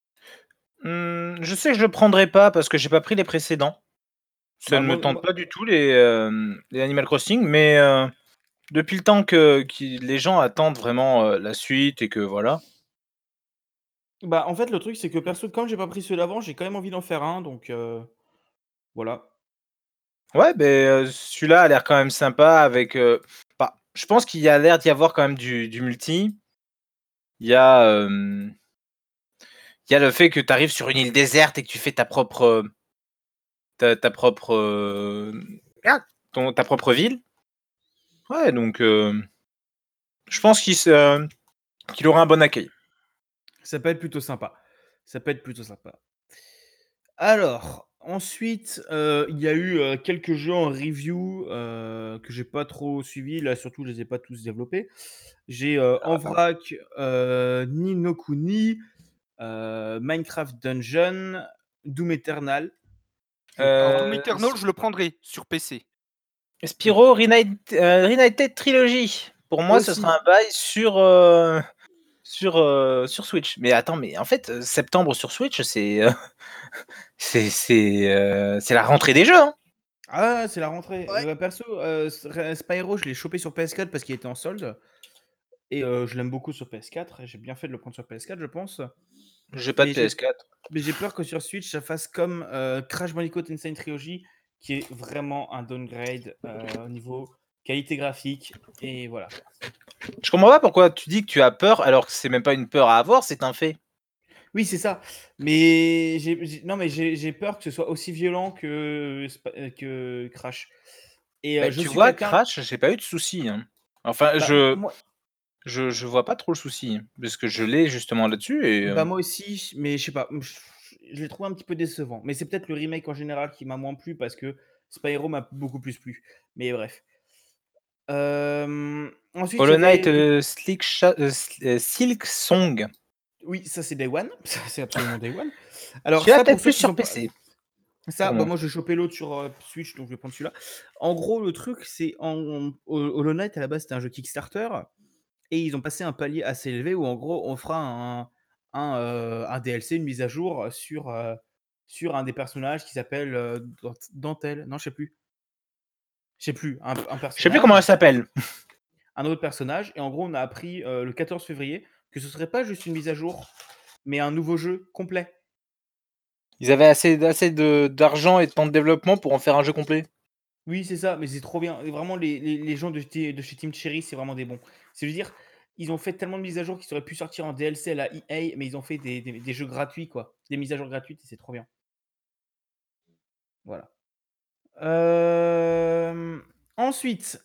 Je sais que je le prendrai pas parce que j'ai pas pris les précédents. Ça Bah, ne me moi tente moi pas du tout les Animal Crossing, mais depuis le temps que les gens attendent vraiment, la suite et que voilà. bah, en fait, le truc, c'est que perso, comme j'ai pas pris ceux d'avant, j'ai quand même envie d'en faire un donc voilà. Ouais, beh, celui-là a l'air quand même sympa avec, bah, je pense qu'il y a l'air d'y avoir quand même du multi. Il y a, il y a le fait que tu arrives sur une île déserte et que tu fais ta propre, ta propre ville. Ouais, donc je pense qu'il aura un bon accueil. Ça peut être plutôt sympa. Ça peut être plutôt sympa. Alors, ensuite, il y a eu, quelques jeux en review, que j'ai pas trop suivis. Là, surtout, je les ai pas tous développés. J'ai, en vrac, Ni no Kuni, Minecraft Dungeon, Doom Eternal. Alors Doom Heu, Eternal, je le prendrai sur PC. Spyro Reignited Trilogy. Pour moi, ce Aussi. sera un bail sur Switch. Mais attends, mais en fait, septembre sur Switch, c'est la rentrée des jeux, hein. Ah, c'est la rentrée. Ouais. Bah, perso, Spyro, je l'ai chopé sur PS4 parce qu'il était en solde et je l'aime beaucoup sur PS4 et j'ai bien fait de le prendre sur PS4, je pense. J'ai pas de Mais j'ai PS4. Mais j'ai peur que sur Switch, ça fasse comme, Crash Bandicoot Insane Trilogy, qui est vraiment un downgrade, au niveau qualité graphique et voilà, quoi. Je comprends pas pourquoi tu dis que tu as peur alors que c'est même pas une peur à avoir, c'est un fait. Oui, c'est ça, mais non, mais j'ai peur que ce soit aussi violent que Crash et Beh, je tu suis vois, quelqu'un Crash, j'ai pas eu de soucis, hein. Enfin, bah, moi je vois pas trop le souci, hein, parce que je l'ai justement là-dessus et moi aussi, mais je sais pas, je l'ai trouvé un petit peu décevant, mais c'est peut-être le remake en général qui m'a moins plu parce que Spyro m'a beaucoup plus plu, mais bref. Ensuite, il y Hollow Knight, avait Silk Song. Oui, ça c'est Day One, ça c'est absolument Day One. Alors Celui-là ça pour peut-être ceux plus qui sur ont pas PC, ça, pour bah, moi. moi je vais choper l'autre sur, Switch donc je vais prendre celui-là. En gros le truc c'est Hollow Knight à la base c'était un jeu Kickstarter et ils ont passé un palier assez élevé où en gros on fera un DLC, une mise à jour, sur un des personnages qui s'appelle, Dantel, non je sais plus, un Je sais plus comment personnage, elle s'appelle. un autre personnage et en gros on a appris, le 14 février que ce serait pas juste une mise à jour, mais un nouveau jeu complet. Ils avaient assez de d'argent et de temps de développement pour en faire un jeu complet. Oui, c'est ça, mais c'est trop bien. Et vraiment, les gens de chez Team Cherry, c'est vraiment des bons. C'est je veux dire, ils ont fait tellement de mises à jour qu'ils auraient pu sortir en DLC à la EA, mais ils ont fait des jeux gratuits, quoi. Des mises à jour gratuites et c'est trop bien. Voilà. Ensuite,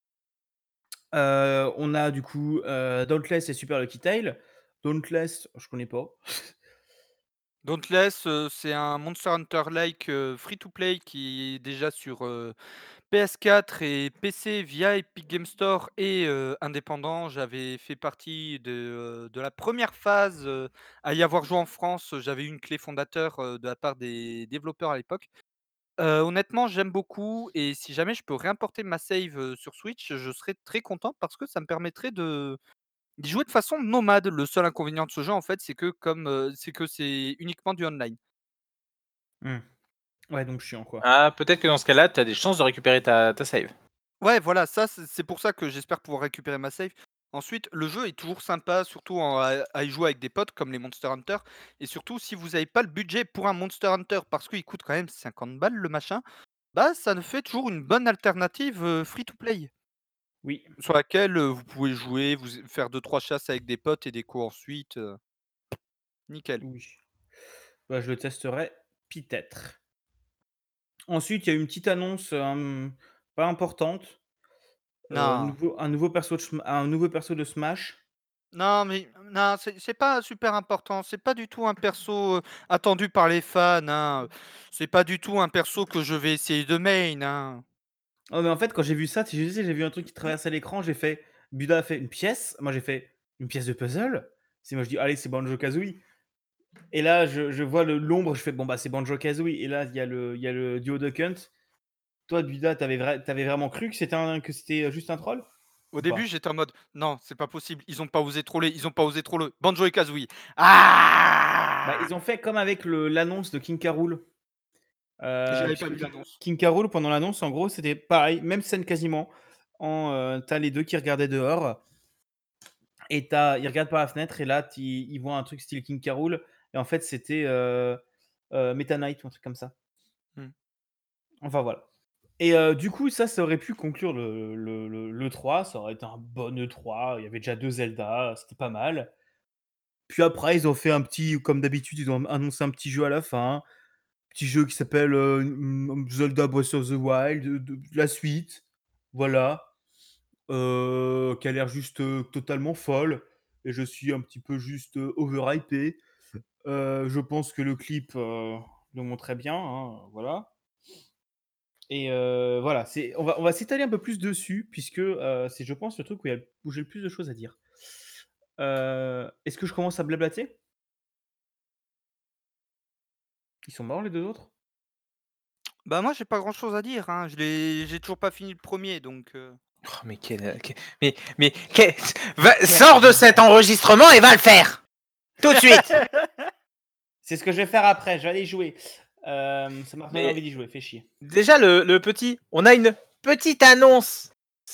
on a du coup, Dauntless et Super Lucky Tail. Dauntless, je connais pas. Dauntless, c'est un Monster Hunter-like, free to play qui est déjà sur, PS4 et PC via Epic Game Store et indépendant. J'avais fait partie de la première phase, à y avoir joué en France. J'avais eu une clé fondateur, de la part des développeurs à l'époque. Honnêtement, j'aime beaucoup et si jamais je peux réimporter ma save, sur Switch, je serais très content parce que ça me permettrait d'y jouer de façon nomade. Le seul inconvénient de ce jeu, en fait, c'est que c'est uniquement du online. Mmh. Ouais, donc chiant, quoi. Ah, peut-être que dans ce cas-là, tu as des chances de récupérer ta save. Ouais, voilà, ça, c'est pour ça que j'espère pouvoir récupérer ma save. Ensuite, le jeu est toujours sympa, surtout à y jouer avec des potes comme les Monster Hunter. Et surtout, si vous avez pas le budget pour un Monster Hunter, parce qu'il coûte quand même 50 balles le machin, bah ça ne fait toujours une bonne alternative free to play, Oui, sur laquelle vous pouvez jouer, faire deux trois chasses avec des potes et des co ensuite. Nickel. oui. Bah, je le testerai, peut-être. Ensuite, il y a eu une petite annonce, pas importante. Non. Un nouveau perso de Smash. Non, mais non, c'est pas super important. C'est pas du tout un perso, attendu par les fans, hein, c'est pas du tout un perso que je vais essayer de main, hein. Oh, mais en fait, quand j'ai vu ça, tu sais, j'ai vu un truc qui traversait l'écran, j'ai fait: Buda a fait une pièce, moi j'ai fait une pièce de puzzle. Moi je dis allez c'est Banjo-Kazooie. Et là je vois l'ombre, je fais bon bah c'est Banjo-Kazooie. Et là il y a le duo Duck Hunt. Toi Buda, t'avais vraiment cru que c'était juste un troll Au ou début, pas? j'étais en mode: «Non, c'est pas possible, ils ont pas osé troller, ils ont pas osé troller. Banjo et Kazooie. Bah Ah!» ils ont fait comme avec l'annonce de King K. Rool. J'avais pas Puisque vu l'annonce. King K. Rool, pendant l'annonce, en gros, c'était pareil, même scène quasiment. T'as les deux qui regardaient dehors et ils regardent par la fenêtre et là, ils voient un truc style King K. Rool et en fait, c'était Meta Knight ou un truc comme ça. Mmh. Enfin voilà. Et du coup, ça aurait pu conclure le 3. Ça aurait été un bon E3. Il y avait déjà 2 Zelda, c'était pas mal. Puis après, ils ont fait un petit, comme d'habitude, ils ont annoncé un petit jeu à la fin. Petit jeu qui s'appelle Zelda Breath of the Wild, la suite. Voilà. Qui a l'air juste totalement folle. Et je suis un petit peu juste overhypé. Je pense que le clip le montrait bien. Hein, voilà. Et voilà, on va s'étaler un peu plus dessus, puisque c'est, je pense, le truc où j'ai le plus de choses à dire. Est-ce que je commence à blablater? Ils sont morts les deux autres? Bah, moi, j'ai pas grand-chose à dire, hein. J'ai toujours pas fini le premier, donc Oh, mais sors de cet enregistrement et va le faire tout de suite. C'est ce que je vais faire après, je vais aller jouer. Ça m'a donné Mais envie d'y jouer, fais chier. déjà le petit, on a une petite annonce.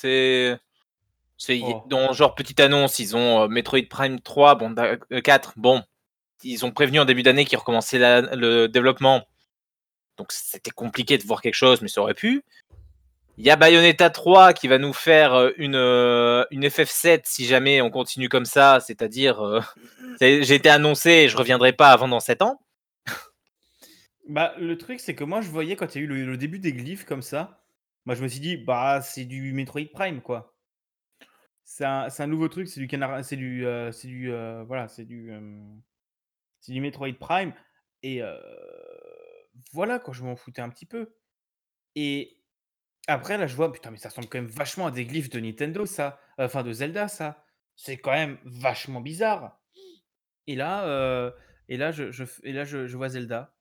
Oh. Dans genre petite annonce, ils ont Metroid Prime 3, 4, bon, ils ont prévenu en début d'année qu'ils recommençaient le développement. Donc c'était compliqué de voir quelque chose, mais ça aurait pu. Il y a Bayonetta 3 qui va nous faire une FF7 si jamais on continue comme ça, c'est-à-dire j'ai été annoncé et je reviendrai pas avant dans 7 ans. Bah, le truc, c'est que moi, je voyais quand il y a eu le début des glyphes comme ça, moi, je me suis dit, bah, c'est du Metroid Prime, quoi. C'est un nouveau truc, c'est du canard, voilà, c'est du Metroid Prime. Et voilà, quoi, je m'en foutais un petit peu. Et après, là, je vois, putain, mais ça ressemble quand même vachement à des glyphes de Nintendo, ça. Enfin, de Zelda, ça. C'est quand même vachement bizarre. Et là, je vois Zelda.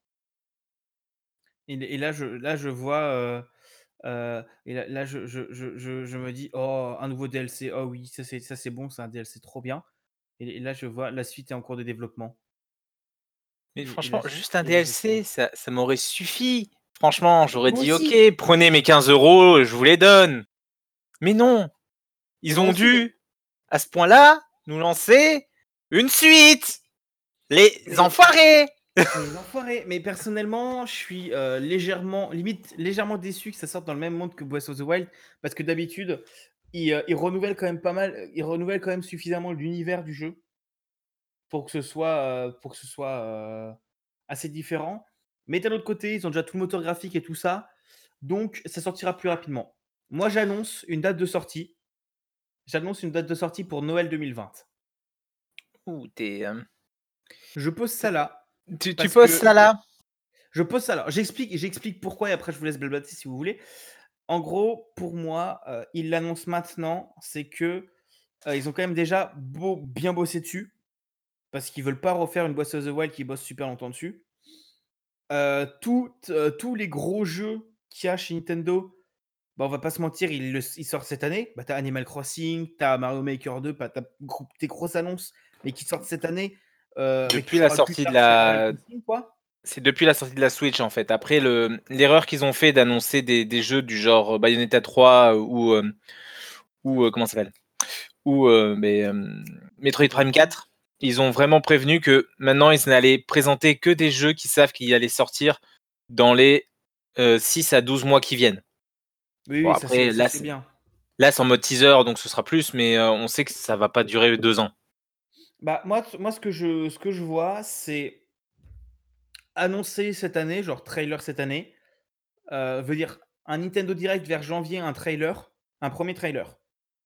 Et là, je vois. Et là, je me dis, oh, un nouveau DLC. Oh oui, ça c'est bon, c'est un DLC trop bien. Et là, je vois la suite est en cours de développement. Mais Et franchement, là, juste un je suis DLC, ça m'aurait suffi. Franchement, j'aurais moi dit ok, aussi, prenez mes 15 €, je vous les donne. Mais non, ils moi ont aussi, dû, à ce point-là, nous lancer une suite. Les mais enfoirés. les enfoirés. Mais personnellement, je suis légèrement déçu que ça sorte dans le même monde que Breath of the Wild, parce que d'habitude, ils renouvellent quand même pas mal, ils renouvellent quand même suffisamment l'univers du jeu pour que ce soit assez différent. Mais d'un autre côté, ils ont déjà tout le moteur graphique et tout ça, donc ça sortira plus rapidement. Moi, j'annonce une date de sortie. J'annonce une date de sortie pour Noël 2020. Ouh, Je pose ça là tu parce poses ça que là. je pose ça là. J'explique pourquoi et après je vous laisse blablater si vous voulez. En gros, pour moi, ils l'annoncent maintenant, c'est que ils ont quand même déjà bien bossé dessus parce qu'ils veulent pas refaire une Breath of the Wild qui bosse super longtemps dessus. Tous les gros jeux qu'il y a chez Nintendo, bah, on va pas se mentir, ils sortent cette année. Bah, tu as Animal Crossing, tu as Mario Maker 2, bah, tu as des grosses annonces, mais qui sortent cette année, mais qui Depuis la sortent plus sortie de tard chez Animal la, Crossing, quoi. C'est depuis la sortie de la Switch en fait. Après l'erreur qu'ils ont fait d'annoncer des jeux du genre Bayonetta 3 ou comment ça s'appelle ou Metroid Metroid Prime Prime. 4, ils ont vraiment prévenu que maintenant ils n'allaient présenter que des jeux qu'ils savent qu'ils allaient sortir dans les 6 à 12 mois qui viennent. Oui, Bon oui, après ça c'est bien. là c'est en mode teaser donc ce sera plus, mais on sait que ça va pas durer 2 ans. Bah, moi ce que je vois, c'est annoncer cette année, genre trailer cette année, veut dire un Nintendo Direct vers janvier, un premier trailer.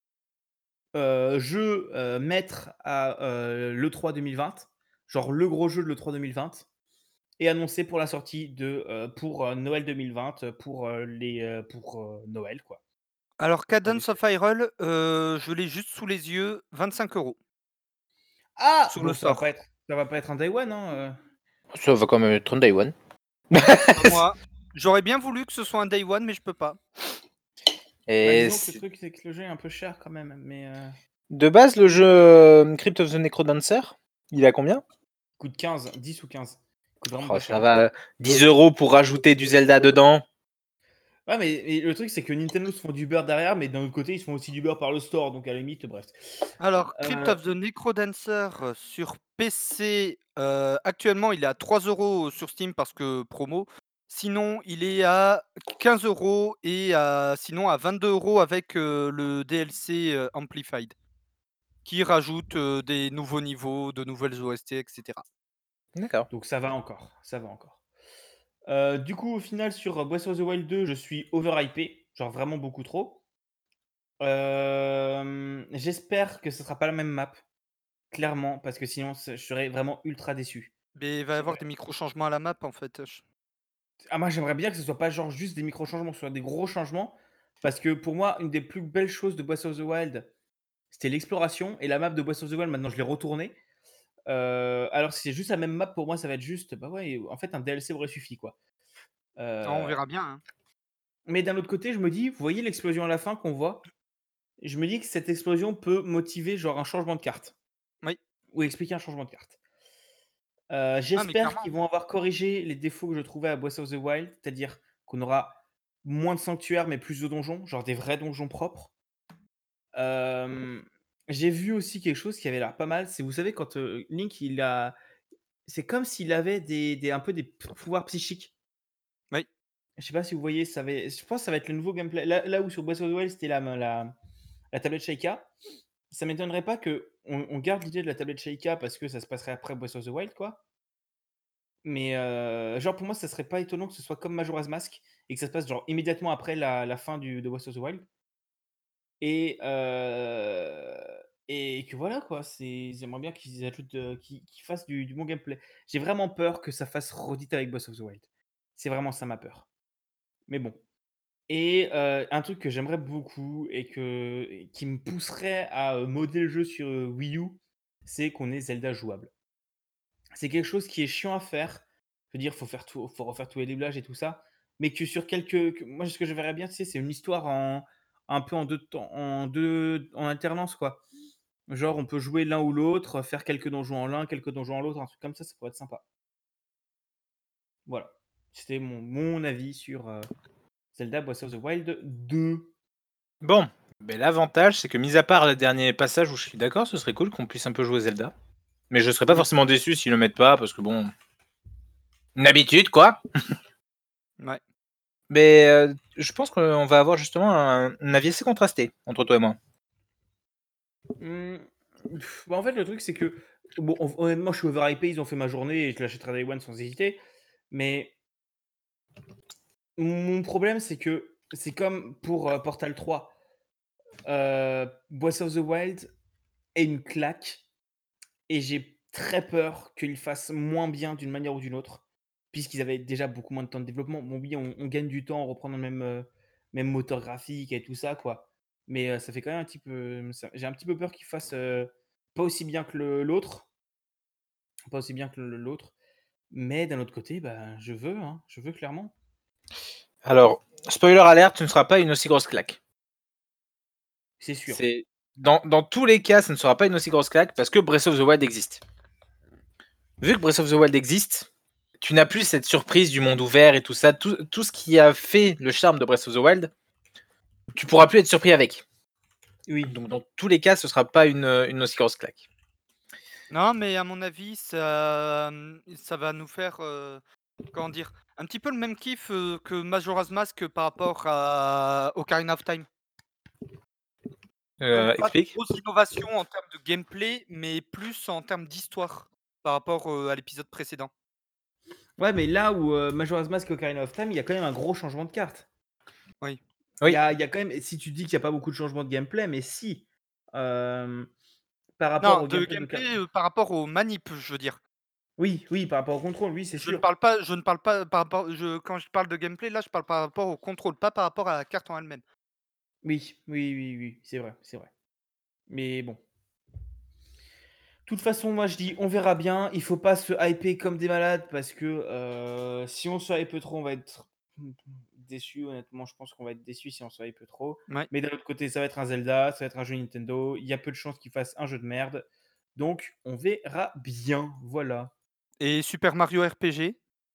Jeu, mettre à, l'E3 2020, genre le gros jeu de l'E3 2020 et annoncé pour la sortie pour, Noël 2020, pour Noël, quoi. Alors, pour Cadence of Hyrule, je l'ai juste sous les yeux, 25 € Ah sur Bon, le store. ça va pas être un Day One, hein. Ça va quand même être un Day One. Pas moi. J'aurais bien voulu que ce soit un Day One, mais je peux pas. Bah, Et disons que le truc, c'est que le jeu est un peu cher quand même, mais de base, le jeu Crypt of the Necrodancer, il a combien? coûte 15, 10 ou 15. Coûte vraiment Oh, pas ça cher. va, 10 € pour rajouter du Zelda dedans. Ouais, mais le truc, c'est que Nintendo se font du beurre derrière, mais d'un autre côté, ils se font aussi du beurre par le store, donc à la limite, bref. Alors, Crypt of the Necrodancer sur PC, actuellement, il est à 3 € sur Steam parce que promo. Sinon, il est à 15 € et sinon à 22 € avec le DLC Amplified, qui rajoute des nouveaux niveaux, de nouvelles OST, etc. D'accord. Donc ça va encore, ça va encore. Du coup, au final, sur Breath of the Wild 2, je suis overhypé, genre vraiment beaucoup trop. J'espère que ce sera pas la même map, clairement, parce que sinon, je serais vraiment ultra déçu. Mais il va y avoir des micro-changements à la map en fait. Ah, moi, j'aimerais bien que ce soit pas genre juste des micro-changements, que ce soit des gros changements, parce que pour moi, une des plus belles choses de Breath of the Wild, c'était l'exploration, et la map de Breath of the Wild, maintenant, je l'ai retournée. Alors, si c'est juste la même map, pour moi, ça va être juste, bah ouais, en fait, un DLC aurait suffi, quoi. On Euh, verra bien, hein. Mais d'un autre côté, je me dis, vous voyez l'explosion à la fin qu'on voit? Je me dis que cette explosion peut motiver genre un changement de carte Oui. ou expliquer un changement de carte. Ah, mais J'espère clairement. qu'ils vont avoir corrigé les défauts que je trouvais à Breath of the Wild, c'est-à-dire qu'on aura moins de sanctuaires, mais plus de donjons, genre des vrais donjons propres. Hem, j'ai vu aussi quelque chose qui avait l'air pas mal, c'est vous savez quand, Link c'est comme s'il avait des un peu des pouvoirs psychiques. Oui. Je sais pas si vous voyez, je pense que ça va être le nouveau gameplay. Là où sur Breath of the Wild, c'était la tablette Sheikah, ça m'étonnerait pas qu'on garde l'idée de la tablette Sheikah parce que ça se passerait après Breath of the Wild, quoi. Mais genre, pour moi, ça serait pas étonnant que ce soit comme Majora's Mask et que ça se passe genre immédiatement après la fin de Breath of the Wild. Et, et que voilà, quoi. J'aimerais bien qu'ils ajoutent, qu'ils fassent du bon gameplay. J'ai vraiment peur que ça fasse redite avec Breath of the Wild. C'est vraiment ça ma peur. Mais bon. Et un truc que j'aimerais beaucoup et qui me pousserait à, modder le jeu sur, Wii U, c'est qu'on ait Zelda jouable. C'est quelque chose qui est chiant à faire. Je veux dire, faut refaire tous les déblages et tout ça, mais que sur moi, ce que je verrais bien, tu sais, c'est une histoire un peu en alternance, quoi. Genre, on peut jouer l'un ou l'autre, faire quelques donjons en l'un, quelques donjons en l'autre, un truc comme ça pourrait être sympa. Voilà. C'était mon avis sur, Zelda Breath of the Wild 2. Bon, ben, l'avantage, c'est que mis à part le dernier passage où je suis d'accord, ce serait cool qu'on puisse un peu jouer Zelda. Mais je serais pas Oui. forcément déçu s'ils le mettent pas, parce que bon, une habitude, quoi. Ouais. Mais je pense qu'on va avoir justement un avis assez contrasté entre toi et moi. Mmh, bah, en fait, le truc, c'est que, bon, honnêtement, je suis overhypé, ils ont fait ma journée et je l'achèterai Day One sans hésiter. Mais mon problème, c'est que c'est comme pour Portal 3. Breath of the Wild est une claque et j'ai très peur qu'ils fassent moins bien d'une manière ou d'une autre, puisqu'ils avaient déjà beaucoup moins de temps de développement. Bon, oui, on gagne du temps en reprenant le même moteur graphique et tout ça, quoi. Mais ça fait quand même un petit peu. J'ai un petit peu peur qu'ils fassent pas aussi bien que l'autre. Pas aussi bien que l'autre. Mais d'un autre côté, bah, hein, je veux clairement. Alors, spoiler alerte, ce ne sera pas une aussi grosse claque. C'est sûr. C'est dans tous les cas, ce ne sera pas une aussi grosse claque parce que Breath of the Wild existe. Vu que Breath of the Wild existe, tu n'as plus cette surprise du monde ouvert et tout ça, tout ce qui a fait le charme de Breath of the Wild, tu pourras plus être surpris avec. Oui. Donc dans tous les cas, ce sera pas une aussi grosse claque. Non, mais à mon avis, ça va nous faire, comment dire? Un petit peu le même kiff, que Majora's Mask par rapport à Ocarina of Time. Donc pas de Explique. grosses innovations en termes de gameplay, mais plus en termes d'histoire par rapport, à l'épisode précédent. Ouais, mais là où Majora's Mask et Ocarina of Time, il y a quand même un gros changement de carte. Oui. Oui. Il y a quand même, si tu dis qu'il n'y a pas beaucoup de changements de gameplay, mais si, euh, par rapport Non, au de gameplay gameplay, par rapport aux manip, je veux dire. Oui, oui, par rapport au contrôle, oui, c'est Je ne sûr. parle pas par rapport quand je parle de gameplay, là, je parle par rapport au contrôle, pas par rapport à la carte en elle-même. Oui, oui, oui, oui, c'est vrai, c'est vrai. Mais bon. De toute façon, moi je dis, on verra bien. Il faut pas se hyper comme des malades parce que si on se hype trop, on va être déçu. Honnêtement, je pense qu'on va être déçu si on se hype trop. Ouais. Mais d'un autre côté, ça va être un Zelda, ça va être un jeu Nintendo. Il y a peu de chances qu'ils fassent un jeu de merde. Donc, on verra bien. Voilà. Et Super Mario RPG?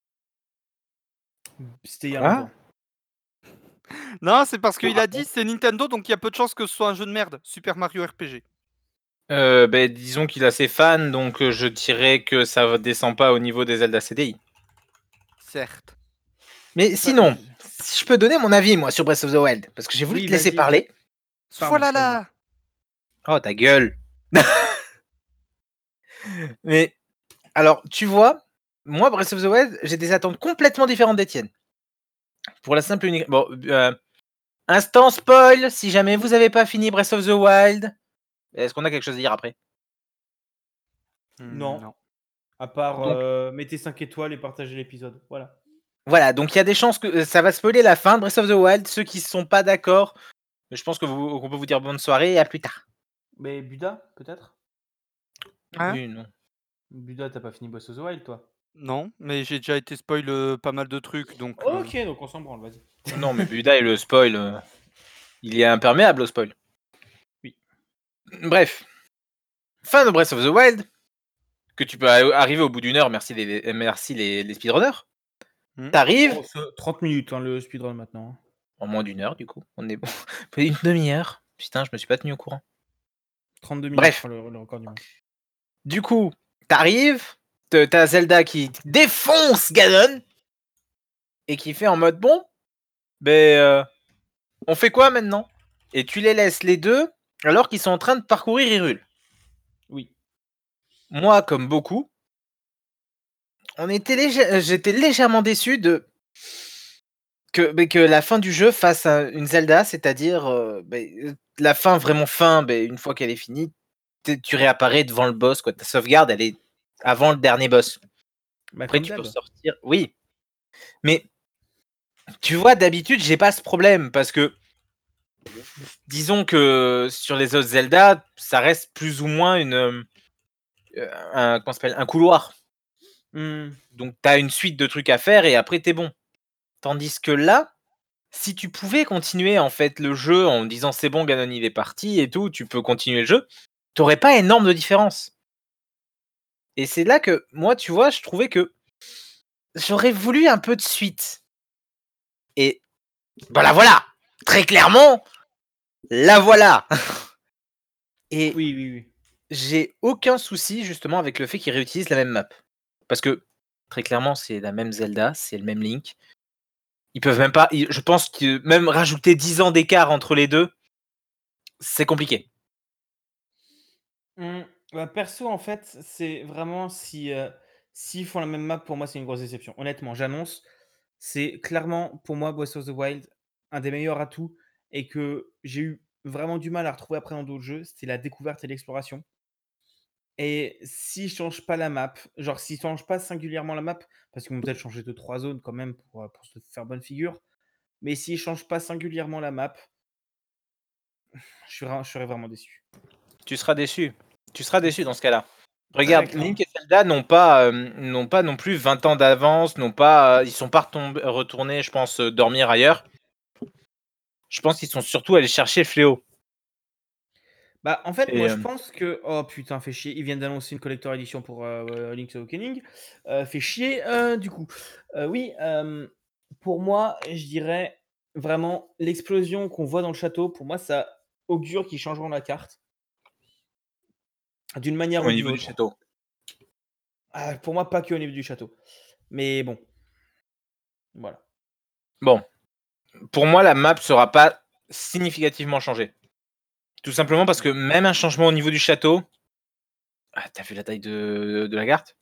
C'était il y a Quoi? longtemps. Non, c'est parce qu'il a dit c'est Nintendo, donc il y a peu de chances que ce soit un jeu de merde. Super Mario RPG. Disons qu'il a ses fans, donc je dirais que ça descend pas au niveau des Zelda CDI. Certes. Mais sinon, si je peux donner mon avis, moi, sur Breath of the Wild, parce que j'ai voulu Oui, te laisser vas-y. parler. Pardon, Voilà vas-y. là. Oh, ta gueule. Mais, alors, tu vois, moi, Breath of the Wild, j'ai des attentes complètement différentes d'Étienne. Pour la simple et unique... Bon, instant spoil, si jamais vous avez pas fini Breath of the Wild, est-ce qu'on a quelque chose à dire après? Non. À part Donc- mettez 5 étoiles et partagez l'épisode. Voilà. Voilà, donc il y a des chances que ça va spoiler la fin de Breath of the Wild. Ceux qui ne sont pas d'accord, je pense qu'on peut vous dire bonne soirée et à plus tard. Mais Buda, peut-être Hein? Oui, non. Buda, t'as pas fini Breath of the Wild, toi Non, mais j'ai déjà été spoil pas mal de trucs, donc. Ok, donc on s'en branle, vas-y. Non, mais Buda et le spoil, il est imperméable au spoil. Oui. Bref, fin de Breath of the Wild, que tu peux arriver au bout d'une heure, merci les speedrunners. T'arrives, Oh, 30 minutes, hein, le speedrun maintenant. en moins d'une heure du coup, on est bon. Une demi-heure, putain, je me suis pas tenu au courant. 32 minutes, Bref. je crois, le record du monde. Du coup, t'arrives, t'as Zelda qui défonce Ganon, et qui fait en mode bon, on fait quoi maintenant? Et tu les laisses les deux alors qu'ils sont en train de parcourir Hyrule. Oui. Moi, comme beaucoup, j'étais légèrement déçu que la fin du jeu fasse une Zelda, c'est-à-dire la fin vraiment fin, une fois qu'elle est finie, tu réapparais devant le boss, quoi. Ta sauvegarde, elle est avant le dernier boss. Bah, Après, comme tu peux d'hab. ressortir. Oui. Mais tu vois, d'habitude, j'ai pas ce problème parce que disons que sur les autres Zelda, ça reste plus ou moins comment ça s'appelle, un couloir. Donc t'as une suite de trucs à faire et après t'es bon. Tandis que là, si tu pouvais continuer en fait le jeu en disant c'est bon, Ganon il est parti et tout, tu peux continuer le jeu, t'aurais pas énorme de différence. Et c'est là que moi, tu vois, je trouvais que j'aurais voulu un peu de suite. Et bah la voilà, très clairement, la voilà. Et Oui, oui, oui. j'ai aucun souci justement avec le fait qu'ils réutilisent la même map. Parce que très clairement, c'est la même Zelda, c'est le même Link. Ils peuvent même pas, je pense que même rajouter 10 ans d'écart entre les deux, c'est compliqué. Bah, perso, en fait, c'est vraiment s'ils font la même map, pour moi, c'est une grosse déception. Honnêtement, j'annonce, c'est clairement, pour moi, Breath of the Wild, un des meilleurs atouts et que j'ai eu vraiment du mal à retrouver après dans d'autres jeux, c'était la découverte et l'exploration. Et s'ils changent pas la map, genre s'ils changent pas singulièrement la map, parce qu'ils vont peut-être changer de 3 zones quand même pour se faire bonne figure, mais s'ils changent pas singulièrement la map, je serais vraiment déçu. Tu seras déçu. Tu seras déçu dans ce cas-là. Très Regarde, clairement. Link et Zelda n'ont pas non plus 20 ans d'avance, ils sont pas retournés, je pense, dormir ailleurs. Je pense qu'ils sont surtout allés chercher le fléau. Bah, en fait, Et, moi, je pense que oh putain, fait chier, ils viennent d'annoncer une collector edition pour, Link's Awakening. Fait chier, du coup. Oui, pour moi, je dirais vraiment l'explosion qu'on voit dans le château, pour moi, ça augure qu'ils changeront la carte d'une manière au ou d'une niveau du autre. château. Pour moi, pas qu'au niveau du château. Mais bon, voilà. Bon, pour moi, la map sera pas significativement changée. Tout simplement parce que même un changement au niveau du château. Ah, t'as vu la taille de la carte?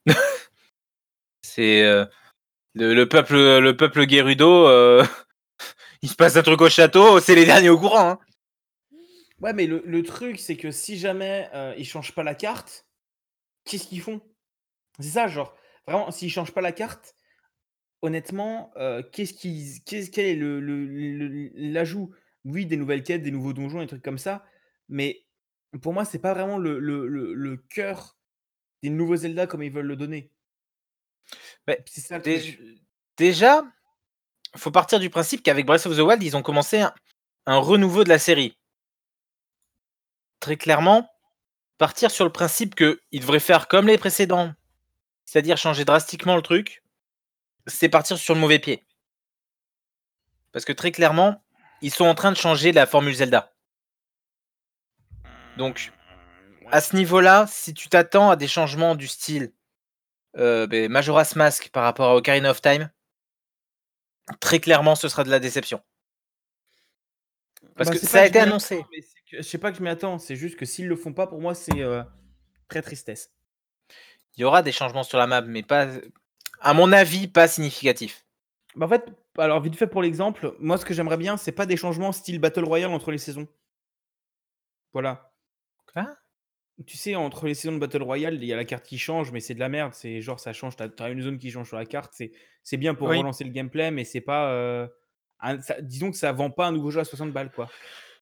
C'est le peuple Gerudo. Il se passe un truc au château, c'est les derniers au courant. Hein. Ouais, mais le truc, c'est que si jamais, ils changent pas la carte, qu'est-ce qu'ils font? C'est ça, genre, vraiment, s'ils changent pas la carte, honnêtement, quel est l'ajout oui, des nouvelles quêtes, des nouveaux donjons, des trucs comme ça, mais pour moi, c'est pas vraiment le cœur des nouveaux Zelda comme ils veulent le donner. Mais C'est ça le déj truc. déjà, faut partir du principe qu'avec Breath of the Wild, ils ont commencé un renouveau de la série. Très clairement, partir sur le principe qu'ils devraient faire comme les précédents, c'est-à-dire changer drastiquement le truc, c'est partir sur le mauvais pied. Parce que très clairement, ils sont en train de changer la formule Zelda. Donc, à ce niveau-là, si tu t'attends à des changements du style Majora's Mask par rapport à Ocarina of Time, très clairement, ce sera de la déception. Parce Bah, que c'est ça pas a que je été m'y annoncé. attends, mais c'est que je sais pas que je m'y attends, c'est juste que s'ils le font pas, pour moi, c'est, très tristesse. Il y aura des changements sur la map, mais pas, à mon avis, pas significatifs. Bah, en fait, alors vite fait pour l'exemple, moi ce que j'aimerais bien, c'est pas des changements style battle royale entre les saisons. Voilà. Quoi? Tu sais, entre les saisons de battle royale, il y a la carte qui change, mais c'est de la merde. C'est genre ça change, tu as une zone qui change sur la carte, c'est bien pour Oui. relancer le gameplay, mais c'est pas, disons que ça vend pas un nouveau jeu à 60 balles, quoi.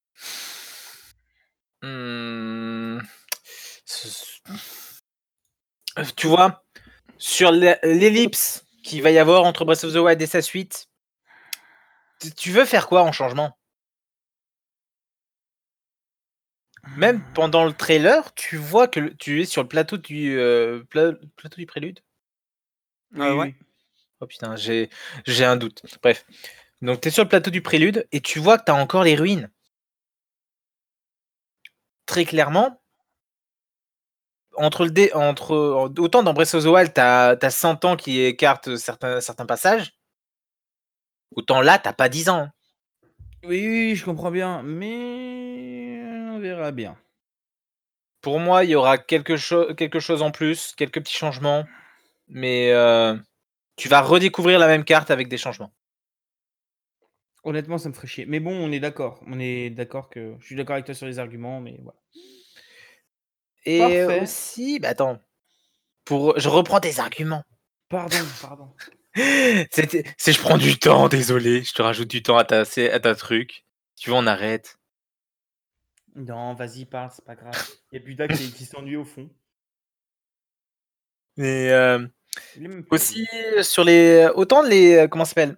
Mmh. Tu vois, sur l'ellipse qu'il va y avoir entre Breath of the Wild et sa suite, tu veux faire quoi en changement? Même pendant le trailer, tu vois que tu es sur le plateau du plateau du prélude. Oui, oui, Ouais. oui. Oh putain, j'ai un doute. Bref, donc tu es sur le plateau du prélude et tu vois que tu as encore les ruines. Très clairement, autant dans Breath of the Wild, tu as 100 ans qui écartent certains passages, autant là, tu pas 10 ans, hein. Oui, oui, oui, je comprends bien, mais on verra bien. Pour moi, il y aura quelque chose en plus, quelques petits changements, mais tu vas redécouvrir la même carte avec des changements. Honnêtement, ça me ferait chier. Mais bon, on est d'accord. On est d'accord que je suis d'accord avec toi sur les arguments, mais voilà. Et Parfait. aussi, bah, attends, je reprends tes arguments. Pardon, pardon. Je prends du temps, désolé, je te rajoute du temps à ta truc. Tu veux, on arrête. Non, vas-y, parle, c'est pas grave. Il y a Buda qui s'ennuie au fond. Mais Il est même plus là, aussi Buda. sur les autant les comment ça s'appelle?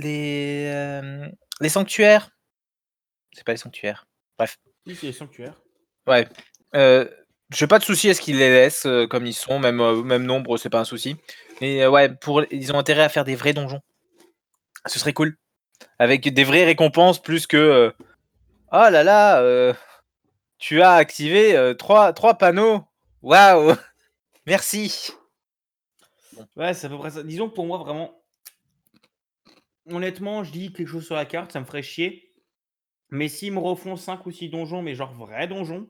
Les sanctuaires. C'est pas les sanctuaires. Bref, Si, c'est les sanctuaires. ouais. J'ai pas de souci à ce qu'ils les laissent comme ils sont, même nombre, c'est pas un souci. Mais ouais, ils ont intérêt à faire des vrais donjons. Ce serait cool. Avec des vraies récompenses plus que oh là là, tu as activé 3 panneaux. Waouh! Merci. Ouais, c'est à peu près ça. Disons que pour moi, vraiment, honnêtement, je dis quelque chose sur la carte, ça me ferait chier. Mais s'ils me refont 5 ou 6 donjons, mais genre vrais donjons,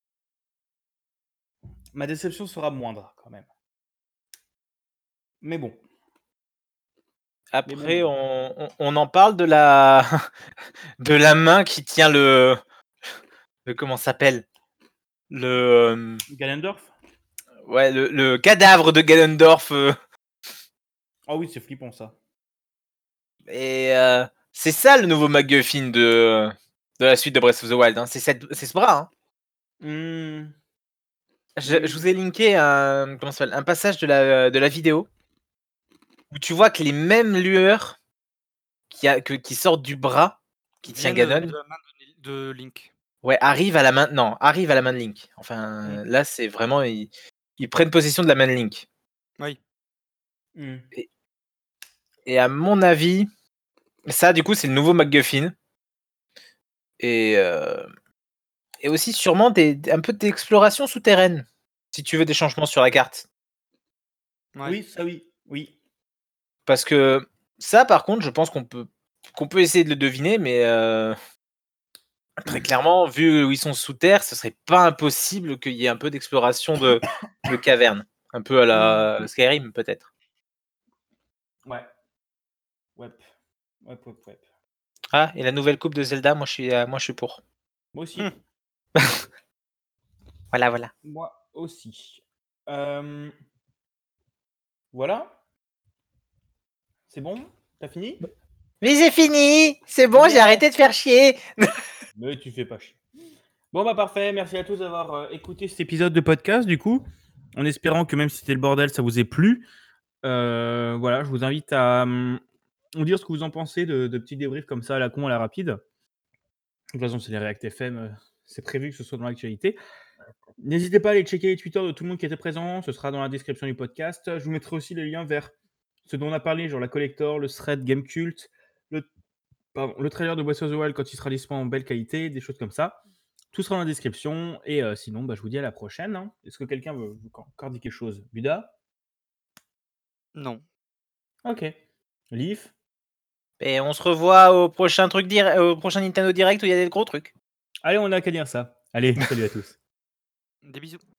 ma déception sera moindre quand même. Mais bon. Mais bon, mais Après, bon. on en parle de la de la main qui tient le comment ça s'appelle? Le, Ganondorf? ouais, le cadavre de Ganondorf, Ah oui, c'est flippant ça. et c'est ça le nouveau MacGuffin de la suite de Breath of the Wild, hein. C'est ce bras, hein. Mmh. Je Oui. vous ai linké comment ça s'appelle? Un passage de la vidéo où tu vois que les mêmes lueurs qui sortent du bras qui tient Viennent de Ganon, la main de Link. ouais, arrivent à la main de Link. Mmh. Enfin, là, c'est vraiment ils prennent possession de la main de Link. Oui. Mmh. Et à mon avis, ça, du coup, c'est le nouveau MacGuffin. Et, et aussi sûrement un peu d'exploration souterraine, si tu veux des changements sur la carte. Ouais. Oui, ça oui. Oui. Parce que ça, par contre, je pense qu'on peut essayer de le deviner, mais très clairement, vu où ils sont sous terre, ce serait pas impossible qu'il y ait un peu d'exploration de caverne. Un peu à Mmh. la Skyrim, peut-être. Ouais. Ouais. Ouais, ouais, ouais. Ah, et la nouvelle coupe de Zelda, moi, je suis pour. Moi aussi. Mmh. Voilà, voilà. Moi aussi. Hem, voilà. C'est bon? T'as fini? Mais c'est fini. C'est bon, j'ai arrêté de faire chier. Mais tu fais pas chier. Bon, bah parfait. Merci à tous d'avoir écouté cet épisode de podcast, du coup. En espérant que même si c'était le bordel, ça vous ait plu. Voilà, je vous invite à nous dire ce que vous en pensez de petits débriefs comme ça à la con, à la rapide. De toute façon, c'est les React FM. C'est prévu que ce soit dans l'actualité. N'hésitez pas à aller checker les Twitter de tout le monde qui était présent. Ce sera dans la description du podcast. Je vous mettrai aussi les liens vers ce dont on a parlé, genre la collector, le thread Gamecult, le trailer de Breath of the Wild quand il sera disponible en belle qualité, des choses comme ça. Tout sera dans la description. Et sinon, bah, je vous dis à la prochaine. Hein. Est-ce que quelqu'un veut encore dire quelque chose? Buda? Non. Ok. Leaf? Et on se revoit au prochain au prochain Nintendo Direct où il y a des gros trucs. Allez, on a qu'à dire ça. Allez, salut à tous. Des bisous.